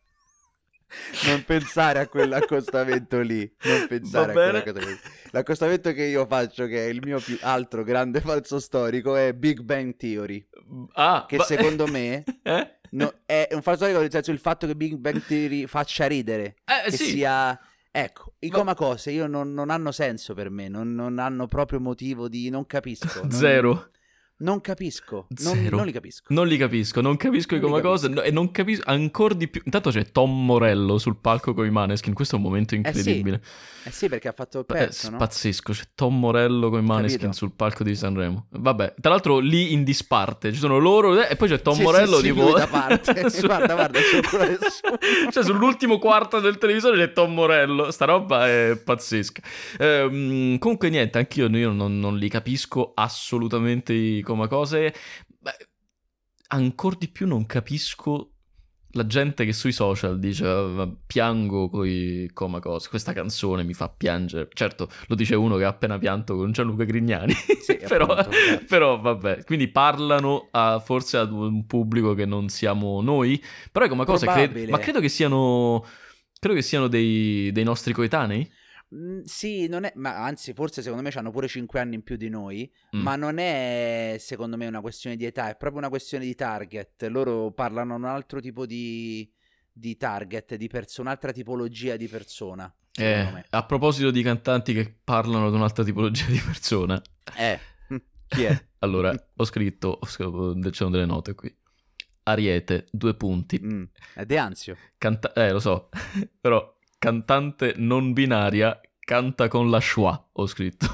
Non pensare a quell'accostamento lì. Non pensare Va a bene. quell'accostamento. L'accostamento che io faccio, che è il mio più altro grande falso storico, è Big Bang Theory. Ah, Che ma- secondo me Eh? no, è un falso storico nel senso il fatto che Big Bang Theory faccia ridere. Eh, Che sì. sia... Ecco, i Ma- Coma Cose io non, non hanno senso per me, non, non hanno proprio motivo di... Non capisco. Non, Zero. Non capisco, non, Zero. non li capisco. Non li capisco, non capisco i Non li Coma Cose capisco. no- e non capisco ancora di più. Intanto c'è Tom Morello sul palco con i Maneskin, questo è un momento Eh sì, incredibile. eh sì, perché ha fatto il È pezzo, no? pazzesco, c'è Tom Morello con i Maneskin Capito? sul palco di Sanremo. Vabbè, tra l'altro lì in disparte, ci sono loro eh, e poi c'è Tom Sì, Morello sì, sì, tipo... lui da parte. su- Guarda, guarda, c'è ancora nessuno. Cioè sull'ultimo quarto del televisore c'è Tom Morello, sta roba è pazzesca. Ehm, comunque niente, anch'io io non, non li capisco assolutamente i Coma Cose. Beh, ancora di più non capisco la gente che sui social dice "Ah, piango coi Coma Cose, questa canzone mi fa piangere". Certo, lo dice uno che ha appena pianto con Gianluca Grignani. Sì, però, appunto, esatto. però vabbè, quindi parlano a, forse ad un pubblico che non siamo noi, però i Coma Cose cre- Probabile. ma credo che siano credo che siano dei, dei nostri coetanei. Mm, sì, non è, ma anzi, forse secondo me hanno pure cinque anni in più di noi. Mm. Ma non è secondo me una questione di età, è proprio una questione di target. Loro parlano a un altro tipo di, di target, di persona, un'altra tipologia di persona. Secondo Eh, me. a proposito di cantanti che parlano ad un'altra tipologia di persona, Eh, chi è? allora ho scritto, ho scritto ci sono delle note qui. Ariete, due punti. Mm, è De Anzio. Canta- eh, lo so, però cantante non binaria canta con la schwa, ho scritto.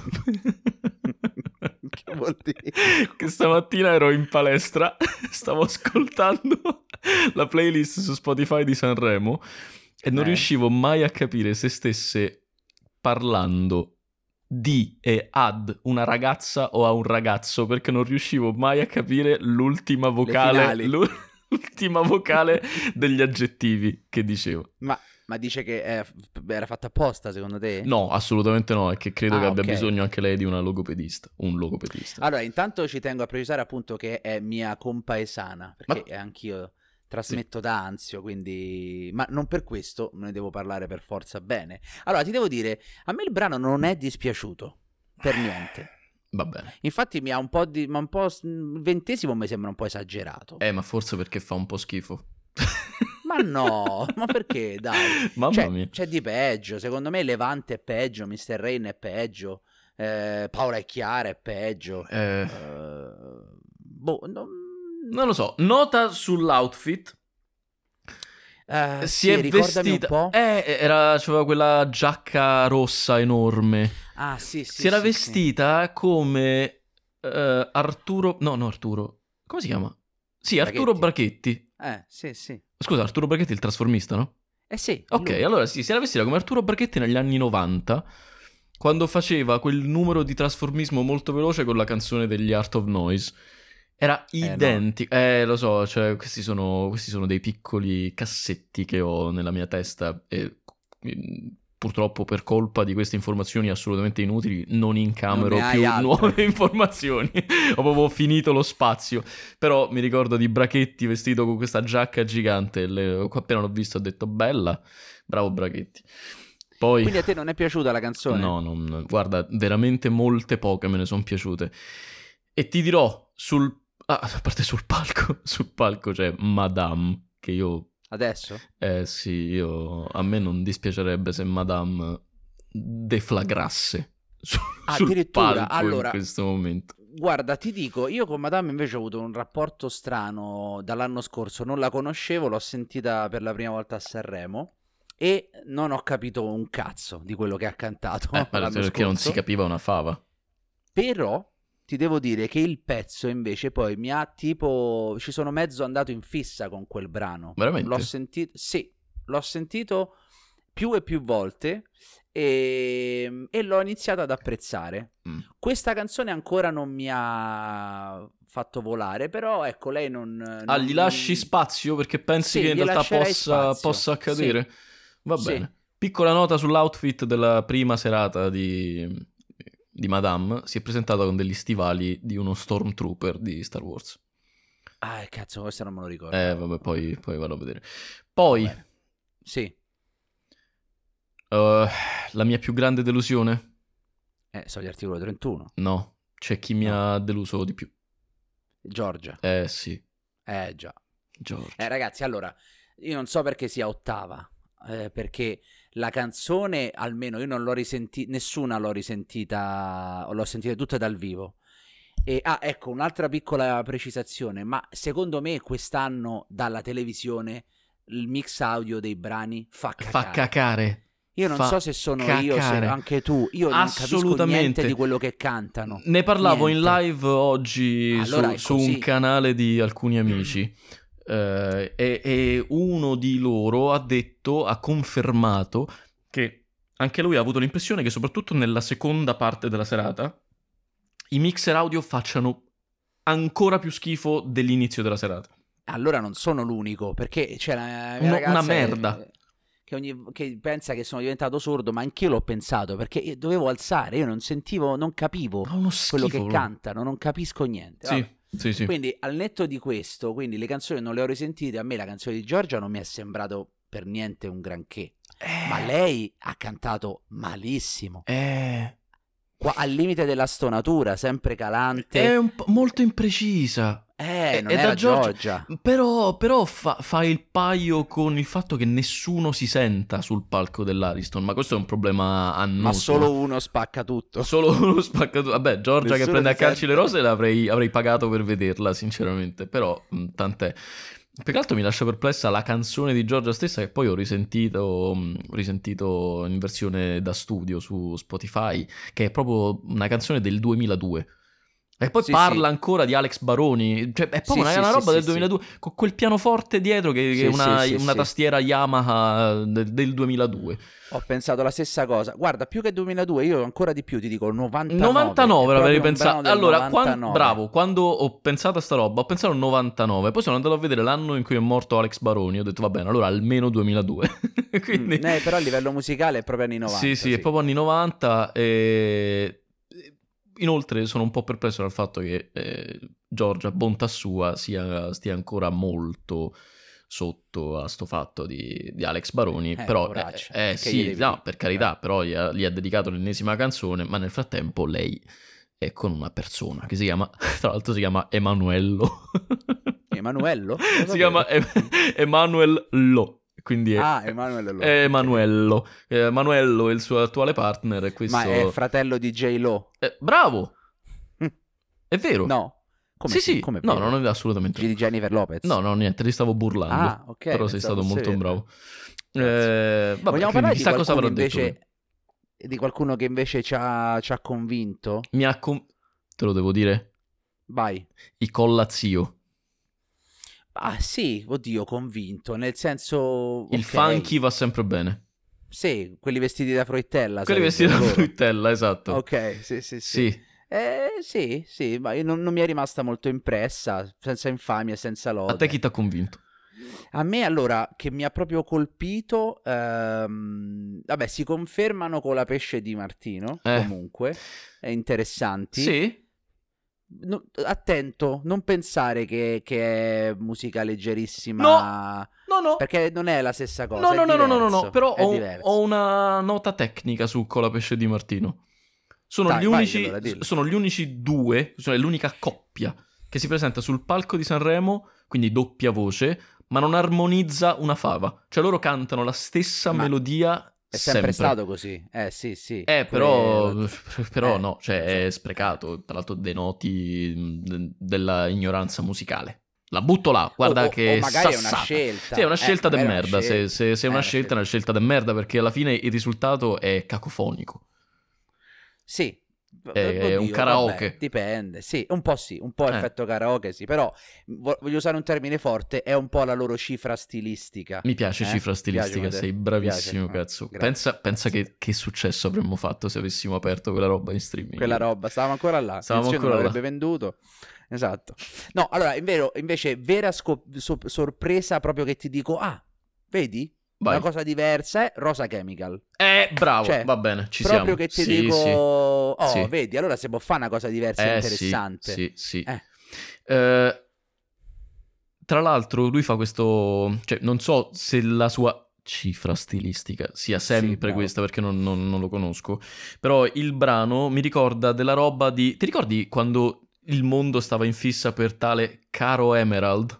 Che vuol dire? Che stamattina ero in palestra, stavo ascoltando la playlist su Spotify di Sanremo e non Eh. riuscivo mai a capire se stesse parlando di e ad una ragazza o a un ragazzo, perché non riuscivo mai a capire l'ultima vocale, finali. l'u- l'ultima vocale degli aggettivi che dicevo. Ma, ma dice che è- era fatta apposta, secondo te? No, assolutamente no, è che credo Ah, che abbia ok. bisogno anche lei di una logopedista, un logopedista. Allora, intanto ci tengo a precisare appunto che è mia compaesana, perché anch'io trasmetto da Anzio, quindi... Ma non per questo ne devo parlare per forza bene. Allora, ti devo dire, a me il brano non è dispiaciuto, per niente. Va bene. Infatti mi ha un po' di... ma un po'... il ventesimo mi sembra un po' esagerato. Eh, ma forse perché fa un po' schifo. Ma no, ma perché, dai? Mamma Cioè, mia. c'è di peggio, secondo me Levante è peggio, mister Rain è peggio, eh, Paola e Chiara è peggio. Eh, Eh, boh, non... non lo so, nota sull'outfit. Eh, si sì, è ricordami un vestita... po'. Eh, era, c'aveva quella giacca rossa enorme. Ah, sì, Si sì, era sì, sì. vestita come eh, Arturo... No, no, Arturo. Come si chiama? Sì, Arturo Braghetti. Brachetti. Eh, sì, sì. Scusa, Arturo Brachetti è il trasformista, no? Eh sì, è Ok, lui. allora sì, si era vestita come Arturo Brachetti negli anni novanta, quando faceva quel numero di trasformismo molto veloce con la canzone degli Art of Noise. Era Eh no. identico. Eh, lo so, cioè, questi sono, questi sono dei piccoli cassetti che ho nella mia testa e mm, purtroppo per colpa di queste informazioni assolutamente inutili non Non ne incamero hai più altre. nuove informazioni. Ho proprio finito lo spazio. Però mi ricordo di Brachetti vestito con questa giacca gigante. Le- appena l'ho visto ho detto bella, bravo Brachetti. Poi... Quindi a te non è piaciuta la canzone? No, non, guarda, veramente molte poche me ne sono piaciute. E ti dirò, sul... Ah, a parte sul palco, sul palco c'è Madame, che io... Adesso? Eh sì, io... A me non dispiacerebbe se Madame deflagrasse su- sul Addirittura, palco in allora, questo momento. guarda, ti dico, io con Madame invece ho avuto un rapporto strano dall'anno scorso, non la conoscevo, l'ho sentita per la prima volta a Sanremo e non ho capito un cazzo di quello che ha cantato Eh, ma l'anno perché non si scorso, capiva una fava. però ti devo dire che il pezzo invece poi mi ha tipo, ci sono mezzo andato in fissa con quel brano, l'ho Veramente? sentito, sì, l'ho sentito più e più volte e, e l'ho iniziato ad apprezzare. Mm. Questa canzone ancora non mi ha fatto volare, però ecco, lei non... Ah, non- gli lasci non- spazio perché pensi Sì, che in gli realtà lascerei possa, spazio. possa Sì, accadere? Va sì. bene. Piccola nota sull'outfit della prima serata di, di Madame. Si è presentata con degli stivali di uno Stormtrooper di Star Wars. Ah, cazzo, questo non me lo ricordo. Eh, vabbè, poi, poi vado a vedere. Va Poi, bene. Sì, eh, la mia più grande delusione? eh, so gli articoli trentuno. No, c'è chi mi No, ha deluso di più. Giorgia. Eh sì, Eh già. George. Eh ragazzi, allora, io non so perché sia ottava, eh, perché la canzone, almeno io non l'ho risentita, nessuna l'ho risentita, l'ho sentita tutta dal vivo. E, ah, ecco, un'altra piccola precisazione, ma secondo me quest'anno dalla televisione il mix audio dei brani fa Fa cacare. cacare. Io non Fa so se sono io, se cacare. anche tu, io non capisco niente Assolutamente. di quello che cantano. Ne parlavo in Niente. live oggi Allora su, è su un così. canale di alcuni amici eh, e, e uno di loro ha detto, ha confermato che anche lui ha avuto l'impressione che soprattutto nella seconda parte della serata i mixer audio facciano ancora più schifo dell'inizio della serata. Allora non sono l'unico, perché c'è la mia Uno- ragazza una che- merda. Che, ogni- che pensa che sono diventato sordo, ma anch'io l'ho pensato, perché io dovevo alzare, io non sentivo, non capivo Ma uno quello schifo che proprio. cantano, non capisco niente. Sì, Vabbè. sì, sì. Quindi al netto di questo, quindi le canzoni non le ho risentite, a me la canzone di Giorgia non mi è sembrato per niente un granché, ma Eh, lei ha cantato malissimo, eh, qua, al limite della stonatura, sempre è calante. un po' molto imprecisa. Eh, E, non e da era Giorgia, Giorgia. però, però fa, fa il paio con il fatto che nessuno si senta sul palco dell'Ariston, ma questo è un problema annoso. Ma solo uno spacca tutto. Solo uno spaccato. Vabbè, Giorgia che Nessuno prende a si calci le sente. rose l'avrei avrei pagato per vederla, sinceramente. Però, mh, tant'è. Più che altro mi lascia perplessa la canzone di Giorgia stessa, che poi ho risentito, mh, ho risentito in versione da studio su Spotify, che è proprio una canzone del duemiladue. E poi Sì, parla sì. ancora di Alex Baroni, cioè è proprio Sì, una, sì, una sì, roba sì, del sì. duemiladue, con quel pianoforte dietro che, che Sì, è una, sì, sì, una sì. tastiera Yamaha del, del duemiladue. Ho pensato la stessa cosa. Guarda, più che duemiladue, io ancora di più ti dico novantanove. novantanove È l'avrei proprio un pensato. brano del Allora, quan- novantanove. bravo, quando ho pensato a sta roba, ho pensato al novantanove, poi sono andato a vedere l'anno in cui è morto Alex Baroni, ho detto va bene, allora almeno duemiladue. Quindi... Mm, eh, però a livello musicale è proprio anni novanta. Sì, sì, è proprio anni novanta e... Inoltre sono un po' perplesso dal fatto che eh, Giorgia, bontà sua, sia, stia ancora molto sotto a sto fatto di, di Alex Baroni, Eh, però poraccia, eh, eh, che sì, gli devi no, dire? per carità, però gli ha, gli ha dedicato l'ennesima canzone, ma nel frattempo lei è con una persona che si chiama, tra l'altro si chiama Emanuello. Emanuello? Non lo Si chiama sapevo. Em- Emanuel Lo. Quindi è, Ah, Emanuele Lo. è ok. Emanuello. Eh, Emanuello è il suo attuale partner e questo... Ma è fratello di J-Lo? Eh, bravo! È vero. No. Come sì, sì, sì, come no, vero? non è assolutamente G di Jennifer Lopez? no, no, niente, ti stavo burlando. Ah, ok, Però sei pensavo stato fosse molto vero. bravo. Grazie. Eh, vabbè, Vogliamo quindi parlare di chissà cosa qualcuno avrà detto lui. invece, di qualcuno che invece ci ha, ci ha convinto? Mi ha con- te lo devo dire, Vai. i Collazio. Ah sì, oddio, convinto, nel senso, Il ok, funky va sempre bene. sì, quelli vestiti da fruttella Quelli vestiti sarebbero da loro. fruttella, esatto. Ok, sì, sì, sì. Sì. Eh, sì, sì, ma io non, non mi è rimasta molto impressa, senza infamia, senza A te chi lode. ti ha convinto? A me allora, che mi ha proprio colpito, ehm, vabbè, si confermano con la pesce di Martino, Eh. comunque, è interessanti. Sì? No, attento, non pensare che, che è musica leggerissima, No, no, no. perché non è la stessa cosa, No, è no, no, no, no, no, no. diverso, Però è ho, diverso. ho una nota tecnica su Colapesce di Martino. Sono Dai, gli vai unici, allora, dillo. sono gli unici due, cioè l'unica coppia che si presenta sul palco di Sanremo, quindi doppia voce, ma non armonizza una fava. Cioè loro cantano la stessa Ma melodia è sempre sempre. stato così, eh sì, sì. Eh, pure però, la- però eh, no, cioè è esatto. sprecato, tra l'altro denoti mh, de- della ignoranza musicale. La butto là, guarda O, o- che o magari è una sassata. scelta, Sì, è una eh, scelta de magari è una merda, se, scelta, se, se è è una una scelta è scelta. una scelta de merda perché alla fine il risultato è cacofonico, Sì, è un oddio, vabbè, karaoke. dipende, sì, un po' sì, un po' Eh, effetto karaoke, sì, però vo- voglio usare un termine forte, è un po' la loro cifra stilistica. mi piace Eh? cifra Ti piace come stilistica, te? sei Ti bravissimo, piace? Ah, cazzo. grazie, Pensa, pensa grazie. che, che successo avremmo fatto se avessimo aperto quella roba in streaming. Quella roba, stavamo ancora là, Stavamo Tizio non ancora là. l'avrebbe venduto. Esatto. No, allora, invero, invece, vera scop- so- sorpresa proprio che ti dico, ah, vedi? Vai. Una cosa diversa è Rosa Chemical. Eh, bravo, Cioè, va bene, ci proprio siamo. che ti Sì, dico, sì, oh, sì. vedi, allora si può fare una cosa diversa e Eh sì, interessante. sì, sì. Eh. Eh, tra l'altro lui fa questo, cioè non so se la sua cifra stilistica sia sempre bravo. questa perché non, non- non lo conosco, però il brano mi ricorda della roba di... Ti ricordi quando il mondo stava in fissa per tale Caro Emerald?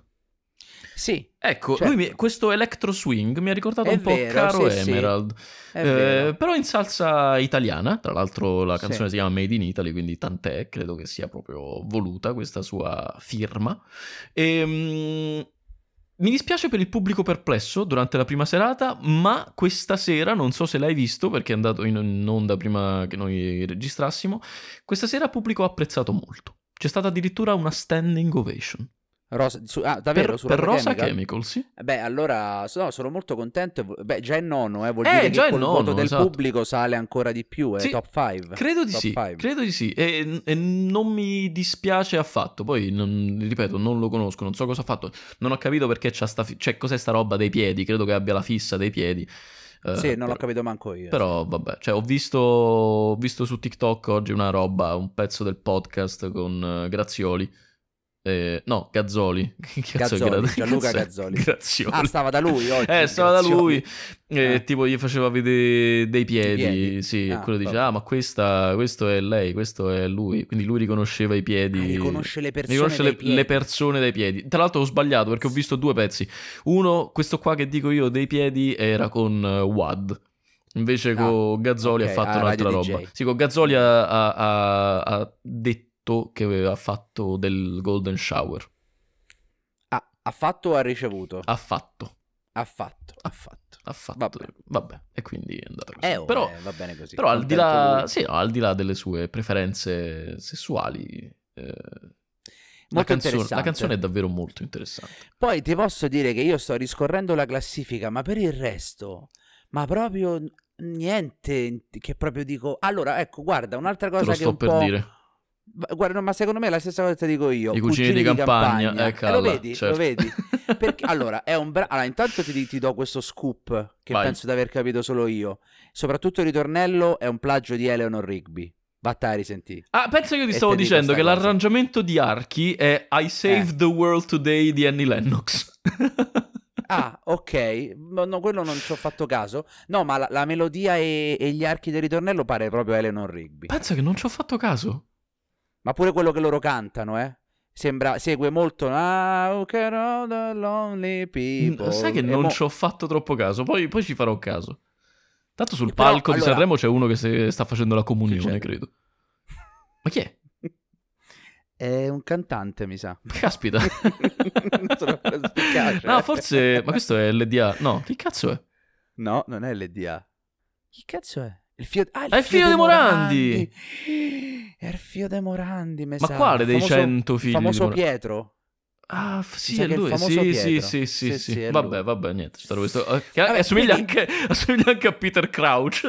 Sì, Ecco, certo. lui mi- questo electro swing mi ha ricordato È un po' vero, Caro sì, sì, Emerald. è Eh, vero. però in salsa italiana, tra l'altro la Sì. canzone si chiama Made in Italy, quindi tant'è, credo che sia proprio voluta questa sua firma. E, mm, mi dispiace per il pubblico perplesso durante la prima serata, ma questa sera, non so se l'hai visto perché è andato in, in onda prima che noi registrassimo, questa sera il pubblico ha apprezzato molto. C'è stata addirittura una standing ovation. Rosa, su, ah, davvero? Per, Su per Rosa Rosa Chemical? Chemical, sì. Beh, allora, so- no, sono molto contento. e vo- Beh, già è nono, eh, vuol Eh, dire già che è col nono, voto del esatto. pubblico sale ancora di più, è Sì, top cinque. credo di top sì, cinque. credo di sì. E, e non mi dispiace affatto. Poi, non- ripeto, non lo conosco, non so cosa ha fatto. Non ho capito perché c'ha sta... fi- cioè, cos'è sta roba dei piedi? Credo che abbia la fissa dei piedi. Eh, Sì, non per- l'ho capito manco io. Però, vabbè, cioè, ho visto, ho visto su TikTok oggi una roba, un pezzo del podcast con eh, Grazioli. Eh, no, Gazzoli. Che cazzo è Gazzoli, Gra- Gianluca cazzo è Gazzoli. Grazioli? Ah, stava da lui oggi. Eh, stava da Grazioli. lui. E Eh. tipo gli faceva vedere dei piedi. piedi? Sì, e Ah, quello dice: vabbè. ah, ma questa, questo è lei, questo è lui. Quindi lui riconosceva i piedi. Ah, riconosce le persone Riconosce dai le, piedi. le persone dai piedi. Tra l'altro ho sbagliato perché ho visto due pezzi. Uno, questo qua che dico io dei piedi, era con uh, Wad. Invece Ah, con Gazzoli ok, ha fatto ah, un'altra Radio roba. D J. Sì, con Gazzoli ha, ha- ha- ha detto che ha fatto del Golden Shower. Ah, ha fatto o ha ricevuto? Ha fatto. Ha fatto, ha fatto. Ha fatto. Vabbè. Vabbè. E quindi è andata così. Eh, oh, però eh, va bene così. però al di, contento là, lui. sì, no, al di là delle sue preferenze sessuali, eh, la, Molto canzone, la interessante. canzone è davvero molto interessante. Poi ti posso dire che io sto riscorrendo la classifica, ma per il resto, ma proprio n- niente che proprio dico. Allora, ecco, guarda, un'altra Te cosa lo che sto un per po'. dire. Ma- Guarda, no, ma secondo me è la stessa cosa che ti dico io. I cugini di campagna, eh, Eh, lo calla, vedi? certo. Lo vedi? Perché, allora, è un bra- allora, intanto ti, ti do questo scoop che Vai. penso di aver capito solo io. Soprattutto il ritornello è un plagio di Eleanor Rigby. Vattene a risentire. Ah, penso che io ti E stavo te dico dicendo sta che cosa. l'arrangiamento di Archi è I Saved Eh. the World Today di Annie Lennox. Ah, ok, no, no, quello non ci ho fatto caso. No, ma la, la melodia e, e gli archi del ritornello pare proprio Eleanor Rigby. Pensa che non ci ho fatto caso. Ma pure quello che loro cantano, eh. Sembra, segue molto Now can all the lonely people. N- Sai che E non mo- ci ho fatto troppo caso. Poi, poi ci farò caso. Tanto sul Però, palco di allora- Sanremo c'è uno che se- sta facendo la comunione, c'è? credo. Ma chi è? È un cantante, mi sa. Caspita. Non sono perspicace. No, forse... Ma questo è L D A. No, che cazzo è? No, non è L D A. Chi cazzo è? Il fio... Ah, il È il figlio di Morandi. È il figlio de Morandi, mi Ma sa. quale dei famoso, cento figli il famoso di Morandi? Pietro. Ah, f- sì, sa è che è il lui. famoso Sì, sì, Pietro. sì, sì, Sì, sì. sì, è Vabbè, lui. vabbè, niente. Sta questo... eh, che Vabbè, assomiglia, quindi- anche, assomiglia anche a Peter Crouch.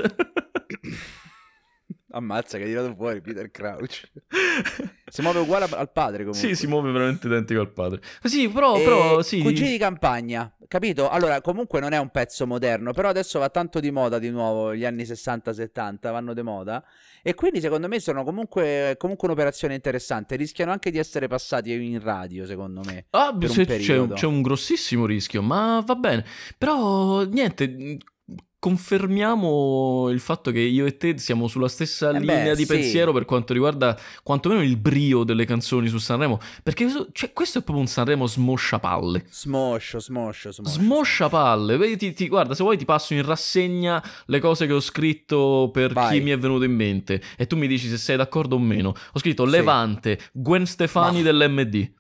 Ammazza che hai tirato fuori Peter Crouch. Si muove uguale al padre comunque. Sì, si muove veramente identico al padre. Sì, però, E però sì. Cugini di campagna, capito? Allora, comunque non è un pezzo moderno, però adesso va tanto di moda di nuovo, gli anni sessanta settanta vanno di moda, e quindi secondo me sono comunque, comunque un'operazione interessante, rischiano anche di essere passati in radio, secondo me. Ah, per un se- c'è, periodo. c'è un grossissimo rischio, ma va bene. Però, niente, mh, confermiamo il fatto che io e te siamo sulla stessa Eh beh, linea di sì. pensiero per quanto riguarda quantomeno il brio delle canzoni su Sanremo, perché questo, cioè, questo è proprio un Sanremo smosciapalle. Smoscio, smoscio, smoscio. Smosciapalle. Vedi, ti, ti- guarda, se vuoi ti passo in rassegna le cose che ho scritto per Vai. chi mi è venuto in mente e tu mi dici se sei d'accordo o meno. Ho scritto Sì. Levante, Gwen Stefani Ma- dell'M D.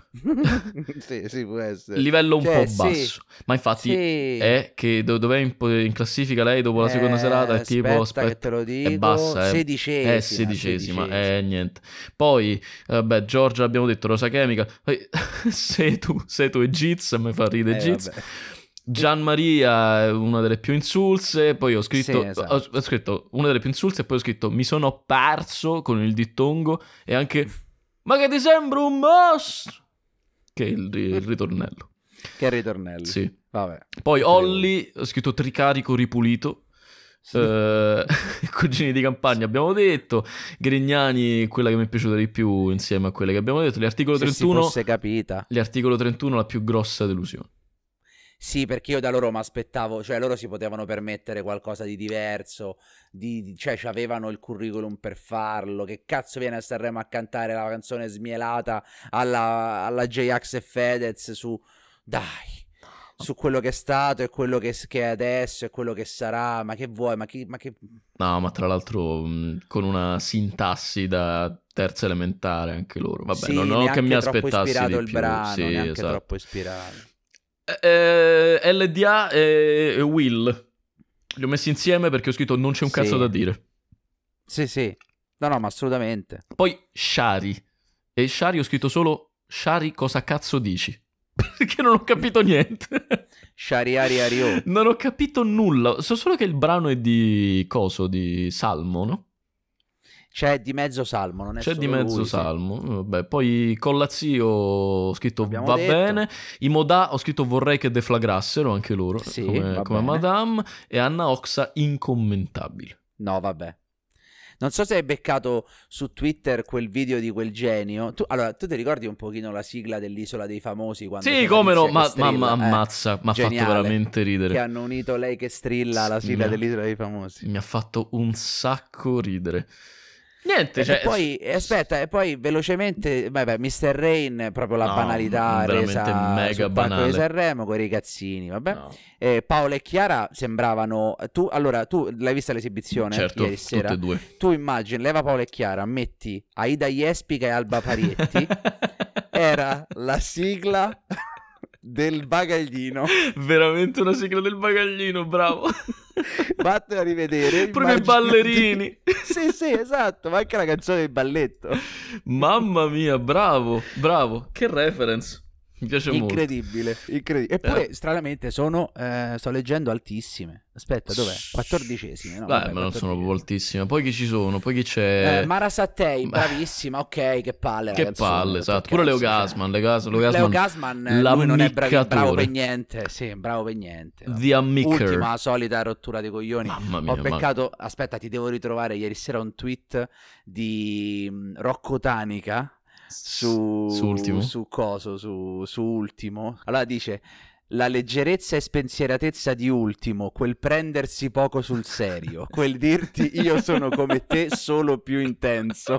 Sì, sì, può essere. Livello un Cioè, po' sì, basso, ma infatti sì. è che do- dov'è in, in classifica lei dopo la seconda Eh, serata? È tipo aspetta che te lo dico. è bassa, è, sedicesima, è sedicesima, sedicesima. è niente. Poi, vabbè, Giorgia l'abbiamo detto, Rosa Chemical, poi Setu, Setu e Giz, mi fa ridere Eh, Giz. vabbè. Gian Maria è una delle più insulse, poi ho scritto, Sì, esatto. ho, ho scritto una delle più insulse e poi ho scritto mi sono perso con il dittongo e anche ma che ti sembra un mostro? Che è il, il ritornello. Che ritornello. Sì. Vabbè. Poi Olli, ho scritto tricarico ripulito. Sì. Eh, Cugini di campagna abbiamo detto. Grignani, quella che mi è piaciuta di più insieme a quelle che abbiamo detto. Gli articolo Se trentuno, si fosse capita. gli articolo trentuno la più grossa delusione. Sì, perché io da loro mi aspettavo, cioè loro si potevano permettere qualcosa di diverso, di, di- cioè avevano il curriculum per farlo. Che cazzo viene a Sanremo a cantare la canzone smielata alla, alla J-Ax e Fedez su, dai, su quello che è stato e quello che, che è adesso e quello che sarà, ma che vuoi, ma che... Ma che... No, ma tra l'altro mh, con una sintassi da terza elementare anche loro. Vabbè, Sì, non, non che neanche mi troppo aspettassi ispirato di il più. brano, Sì, neanche esatto. troppo ispirato. Eh, L D A e, e Will li ho messi insieme perché ho scritto non c'è un Sì. cazzo da dire. Sì, sì, no, no, ma assolutamente. Poi Shari. E Shari ho scritto solo Shari cosa cazzo dici? Perché non ho capito niente. Shariari Ario. Non ho capito nulla. So solo che il brano è di coso, di Salmo, no? C'è di mezzo Salmo, non è C'è solo di mezzo lui, sì. Salmo. Vabbè, poi con la zio ho scritto Abbiamo va detto. bene. I Modà ho scritto vorrei che deflagrassero anche loro, Sì, come, va come bene. Madame. E Anna Oxa incommentabile. No, vabbè. Non so se hai beccato su Twitter quel video di quel genio. Tu, allora, tu ti ricordi un pochino la sigla dell'Isola dei Famosi? Quando Sì, c'era come no, Tizia ma, che strilla? ma- ma Eh, ammazza, mi ha fatto geniale. veramente ridere. Che hanno unito lei che strilla alla Sì, sigla mi ha- dell'Isola dei Famosi. Mi ha fatto un sacco ridere. Niente, E, cioè... e poi, e aspetta, e poi velocemente, vabbè, mister Rain, proprio la No, banalità veramente resa mega sul palco banale. di Sanremo con i ragazzini, vabbè. No. E Paola e Chiara sembravano... Tu, allora, tu l'hai vista l'esibizione Certo, ieri tutte sera? e due. Tu immagini, leva Paola e Chiara, metti Aida Jespica e Alba Parietti, era la sigla del bagaglino. Veramente una sigla del bagaglino, bravo. Vattene a rivedere. Pure i immaginati- ballerini. Sì, sì, esatto, ma anche la canzone del balletto. Mamma mia, bravo, bravo. Che reference. Mi piace molto. Incredibile, incredibile. Eppure, stranamente, sono, eh, sto leggendo altissime. Aspetta, dov'è? quattordicesime, no? Beh, vabbè, ma non sono quattordicesime. moltissime. Poi chi ci sono? Poi chi c'è? Eh, Mara Sattei, Beh. bravissima, ok, che palle. la Che canzone, palle, che esatto. Pure Leo cazzo, cioè. Gasman. Leo Gas- Leo Leo Gasman, Gasman, eh, lui non è bravi- bravo l'ammiccatore. per niente. Sì, bravo per niente. vabbè. The Ammicker. Ultima solita rottura dei coglioni. Mamma mia, Ho ma- beccato, aspetta, ti devo ritrovare ieri sera un tweet di mm, Rocco Tanica su, su Ultimo. su coso, su, su Ultimo. Allora dice: la leggerezza e spensieratezza di Ultimo, quel prendersi poco sul serio, quel dirti io sono come te, solo più intenso.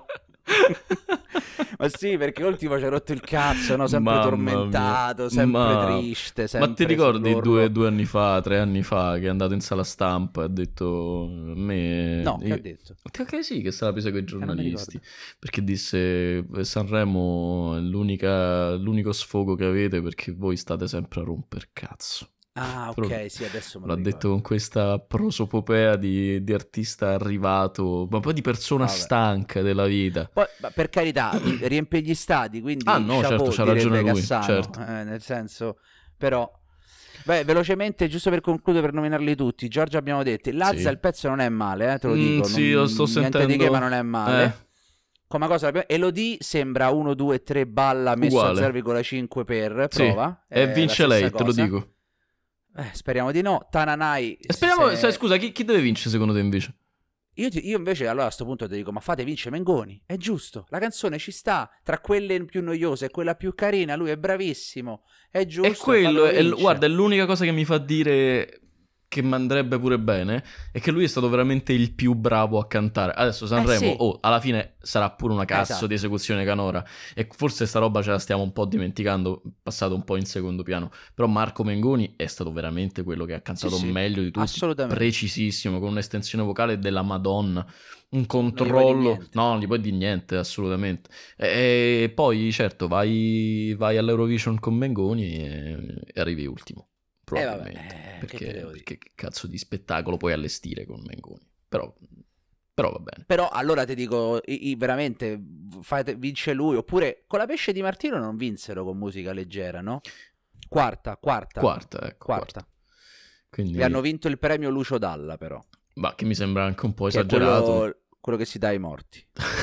Ma sì, perché ultimo ci ha rotto il cazzo, no? Sempre Mamma tormentato, mia. sempre Ma... triste, Ma sempre ti ricordi sull'orlo. due, due anni fa, tre anni fa, che è andato in sala stampa e ha detto a me... No, che ha io- detto? Che, che sì, che stava presa con i Eh, non mi giornalisti, ricordo. perché disse Sanremo è l'unica, l'unico sfogo che avete perché voi state sempre a romper cazzo. Ah, Però ok, sì, adesso me lo l'ha ricordo. detto con questa prosopopea di, di artista arrivato, ma poi di persona Vabbè. stanca della vita. Poi, ma per carità, vi- riempie gli stadi, quindi Ah no, certo, chapeau, c'ha ragione direbbe lui, Cassano, certo. eh, nel senso, però... Beh, velocemente, giusto per concludere, per nominarli tutti, Giorgio abbiamo detto, Lazza Sì. il pezzo non è male, eh, te lo Mm, dico, sì, lo sto non- niente di che, ma sentendo. non è Eh, male. Come cosa, l'abbiamo- Elodie sembra uno, due, tre balla messo a uguale. zero virgola cinque per, Sì. prova, E è la vince stessa lei, te lo cosa. dico. Eh, speriamo di no. Tananai, E speriamo, sai, se... scusa, chi, chi deve vincere secondo te invece? Io, ti- io invece allora a sto punto ti dico, ma fate vince Mengoni, è giusto, la canzone ci sta, tra quelle più noiose e quella più carina, lui è bravissimo, è giusto, È quello, fatelo è, l- vincere. guarda, è l'unica cosa che mi fa dire che mi andrebbe pure bene, è che lui è stato veramente il più bravo a cantare. Adesso Sanremo, sì. oh, alla fine sarà pure una cazzo Esatto. di esecuzione canora, e forse sta roba ce la stiamo un po' dimenticando, passato un po' in secondo piano, però Marco Mengoni è stato veramente quello che ha cantato Sì, sì, meglio di tutti, assolutamente. precisissimo, con un'estensione vocale della Madonna, un Non gli puoi controllo, dire niente. no, non gli puoi dire niente, assolutamente. E, e poi, certo, vai, vai all'Eurovision con Mengoni e, e arrivi ultimo. Eh vabbè, Probabilmente, eh, perché, che te devo dire? perché che cazzo di spettacolo puoi allestire con Mengoni? Però, però va bene. Però allora ti dico, i- i- veramente, fate- vince lui, oppure con la Pesce di Martino non vinsero con musica leggera, no? Quarta, quarta. Quarta, ecco, Quarta. quarta. Quindi, E hanno vinto il premio Lucio Dalla, però. ma che mi sembra anche un po' Che è esagerato. quello, quello che si dà ai morti.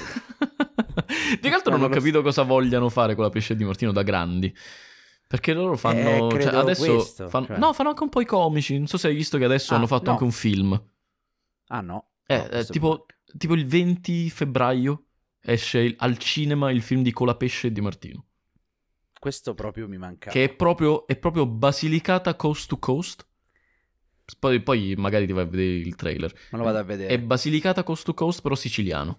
Di che altro non ho capito cosa vogliano fare con la Pesce di Martino da grandi. Perché loro fanno... Eh, cioè, credo adesso questo, fanno, cioè. no, fanno anche un po' i comici. Non so se hai visto che adesso Ah, hanno fatto no. anche un film. Ah no. Eh, No, eh, questo tipo, tipo il venti febbraio esce il- al cinema il film di Colapesce di Martino. Questo proprio mi mancava. Che è proprio, è proprio Basilicata Coast to Coast. Poi, poi magari ti vai a vedere il trailer. Me lo vado a vedere. È Basilicata Coast to Coast, però siciliano.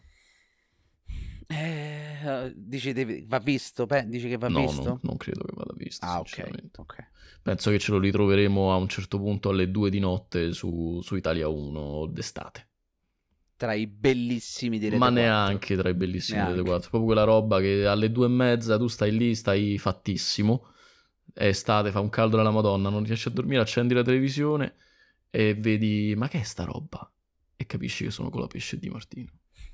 Eh, dici devi- va visto? Beh, dici che va No, visto? no, non credo che vada visto, Ah, ok. sinceramente. Ok. Penso che ce lo ritroveremo a un certo punto alle due di notte su, su Italia uno d'estate. Tra i bellissimi di Rete Ma quattro. neanche tra i bellissimi Neanche. Rete quattro. Proprio quella roba che alle due e mezza tu stai lì, stai fattissimo. È estate, fa un caldo della Madonna, non riesci a dormire, accendi la televisione e vedi, ma che è sta roba? E capisci che sono con la Pesce di Martino.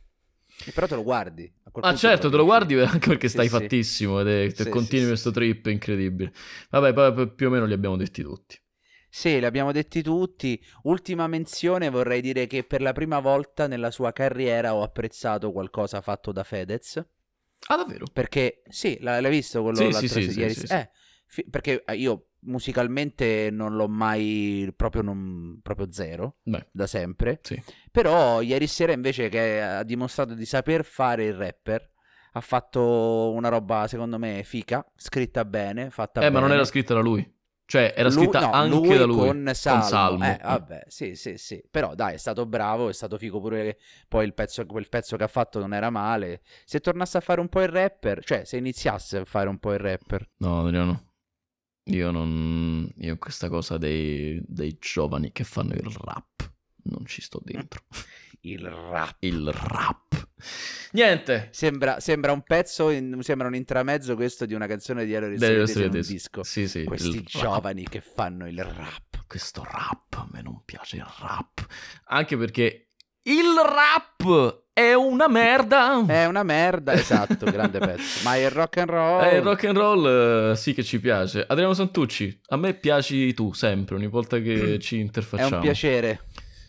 E però te lo guardi. A quel Ah punto certo, te lo guardi anche perché Sì, stai sì. fattissimo ed è, Sì, continui sì, questo sì, trip incredibile. Vabbè, poi poi più o meno li abbiamo detti tutti. Sì, li abbiamo detti tutti. Ultima menzione, vorrei dire che per la prima volta nella sua carriera ho apprezzato qualcosa fatto da Fedez. Ah, davvero? Perché, sì, l'hai l'hai visto quello Sì, l'altra sì, sì, se- sì, ieri sì, se- Eh, fi- perché eh, io musicalmente non l'ho mai, proprio, non, proprio zero, Beh, da sempre. sì. Però ieri sera invece che ha dimostrato di saper fare il rapper, ha fatto una roba secondo me fica, scritta bene, fatta Eh, bene. ma non era scritta da lui. Cioè, era Lui- scritta no, anche lui da lui. con Salmo. Salmo. Eh, vabbè, sì, sì, sì. Però dai, è stato bravo, è stato figo pure che poi il pezzo, quel pezzo che ha fatto non era male. Se tornasse a fare un po' il rapper, cioè se iniziasse a fare un po' il rapper. No, Adriano. Io non... Io questa cosa dei, dei giovani che fanno il rap non ci sto dentro. Il rap. Il rap. Niente. Sembra, sembra un pezzo, in- sembra un intramezzo questo di una canzone di Elio Delle Ristrettesi in un Ristrettesi. disco. Sì, sì. Questi il giovani rap. che fanno il rap. Questo rap, a me non piace il rap. Anche perché il rap è una merda. È una merda, esatto, grande pezzo. Ma il rock and roll... Eh, il rock and roll eh, sì che ci piace. Adriano Santucci, a me piaci tu sempre, ogni volta che ci È interfacciamo. un piacere.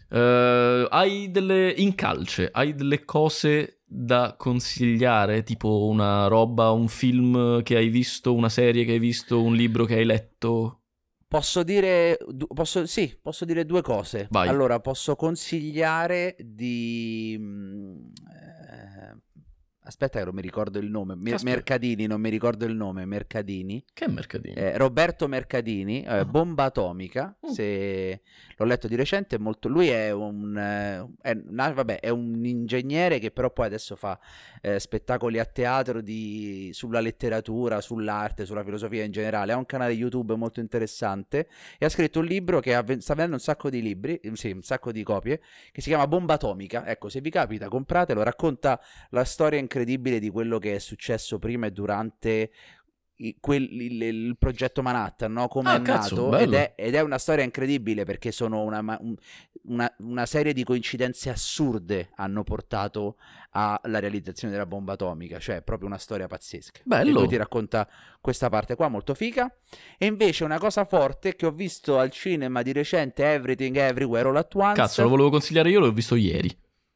Eh, hai delle... In calce, hai delle cose da consigliare? Tipo una roba, un film che hai visto, una serie che hai visto, un libro che hai letto? Posso dire, du- posso, sì, posso dire due cose. Vai. Allora, posso consigliare di... mm, eh, Aspetta che non mi ricordo il nome. Mer- Caspita. Mercadini, non mi ricordo il nome. Mercadini. Che è Mercadini? Eh, Roberto Mercadini, eh, Ah. Bomba Atomica. Mm. Se l'ho letto di recente, è molto. Lui è un, eh, è, una- vabbè, è un ingegnere che però poi adesso fa eh, spettacoli a teatro di, sulla letteratura, sull'arte, sulla filosofia in generale. Ha un canale YouTube molto interessante e ha scritto un libro che ha, ven- sta vendendo un sacco di libri, eh, sì, un sacco di copie, che si chiama Bomba Atomica. Ecco, se vi capita, compratelo. Racconta la storia incredibile di quello che è successo prima e durante i- quel- il, il progetto Manhattan, no? Come Ah, è cazzo, nato, ed bello. è, ed è una storia incredibile perché sono una, ma- un- una- una serie di coincidenze assurde hanno portato alla realizzazione della bomba atomica, cioè è proprio una storia pazzesca. Bello. E lui ti racconta questa parte qua molto figa. E invece una cosa forte che ho visto al cinema di recente, Everything Everywhere All At Once, Cazzo, lo volevo consigliare io, l'ho visto ieri.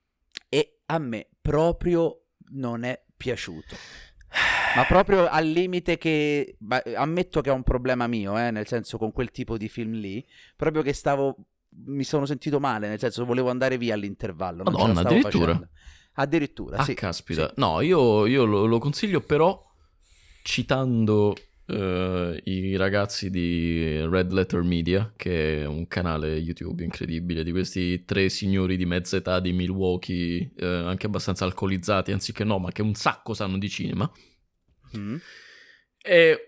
e a me proprio non è piaciuto. Ma proprio al limite che ma, ammetto che è un problema mio, eh, nel senso con quel tipo di film lì, proprio che stavo mi sono sentito male, nel senso volevo andare via all'intervallo, non ce la Madonna, stavo addirittura? facendo. Addirittura, Ah, sì. caspita. sì. No, io, io lo, lo consiglio però citando eh, i ragazzi di Red Letter Media, che è un canale YouTube incredibile di questi tre signori di mezza età di Milwaukee, eh, anche abbastanza alcolizzati, anziché no, ma che un sacco sanno di cinema. Mm. È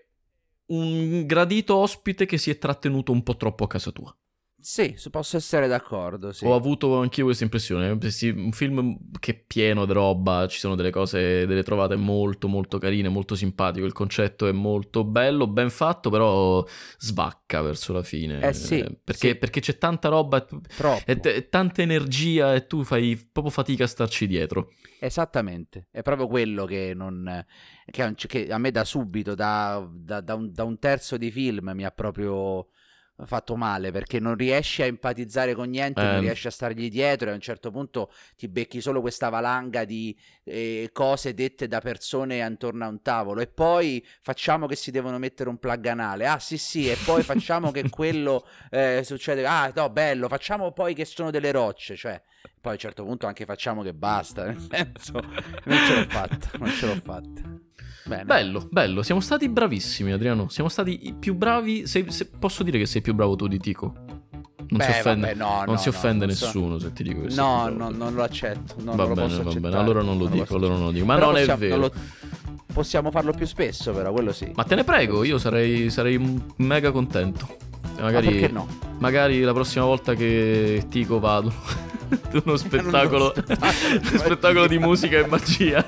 un gradito ospite che si è trattenuto un po' troppo a casa tua. Sì, s- posso essere d'accordo, sì. Ho avuto anch'io questa impressione. Sì, un film che è pieno di roba, ci sono delle cose, delle trovate molto molto carine, molto simpatico, il concetto è molto bello, ben fatto, però svacca verso la fine. Eh sì, perché, sì. perché c'è tanta roba Troppo. e, e tanta energia e tu fai proprio fatica a starci dietro. Esattamente, è proprio quello che non che, che a me da subito, da, da, da, un, da un terzo di film mi ha proprio fatto male, perché non riesci a empatizzare con niente, Eh. non riesci a stargli dietro e a un certo punto ti becchi solo questa valanga di eh, cose dette da persone attorno a un tavolo e poi facciamo che si devono mettere un plug anale, ah sì sì, e poi facciamo che quello eh, succede, ah no bello, facciamo poi che sono delle rocce, cioè poi a un certo punto anche facciamo che basta, nel senso non ce l'ho fatta, non ce l'ho fatta. Bene. Bello, bello, siamo stati bravissimi, Adriano. Siamo stati i più bravi. Sei, se, posso dire che sei più bravo tu di Tico? Non Beh, si offende, vabbè, no, non no, si no, offende non so. nessuno se ti dico che sei No, più bravo no, tu. non lo accetto, non, Va non lo bene, posso va bene, accettare. allora non lo lo dico, posso allora non lo dico. Ma Però non possiamo, è vero. non lo- possiamo farlo più spesso, però, quello sì. Ma te ne prego, io sarei, sarei mega contento. E magari, Ma perché no? magari la prossima volta che Tico vado ad uno spettacolo, spettacolo. spettacolo di musica e magia.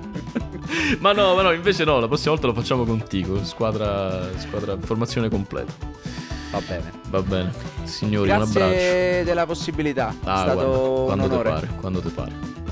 Ma no, ma no, invece no, la prossima volta lo facciamo con Tico, squadra, squadra, formazione completa. Va bene. Va bene, signori, un abbraccio. Grazie della possibilità, è Ah, stato guarda, un quando te onore. pare, quando te pare.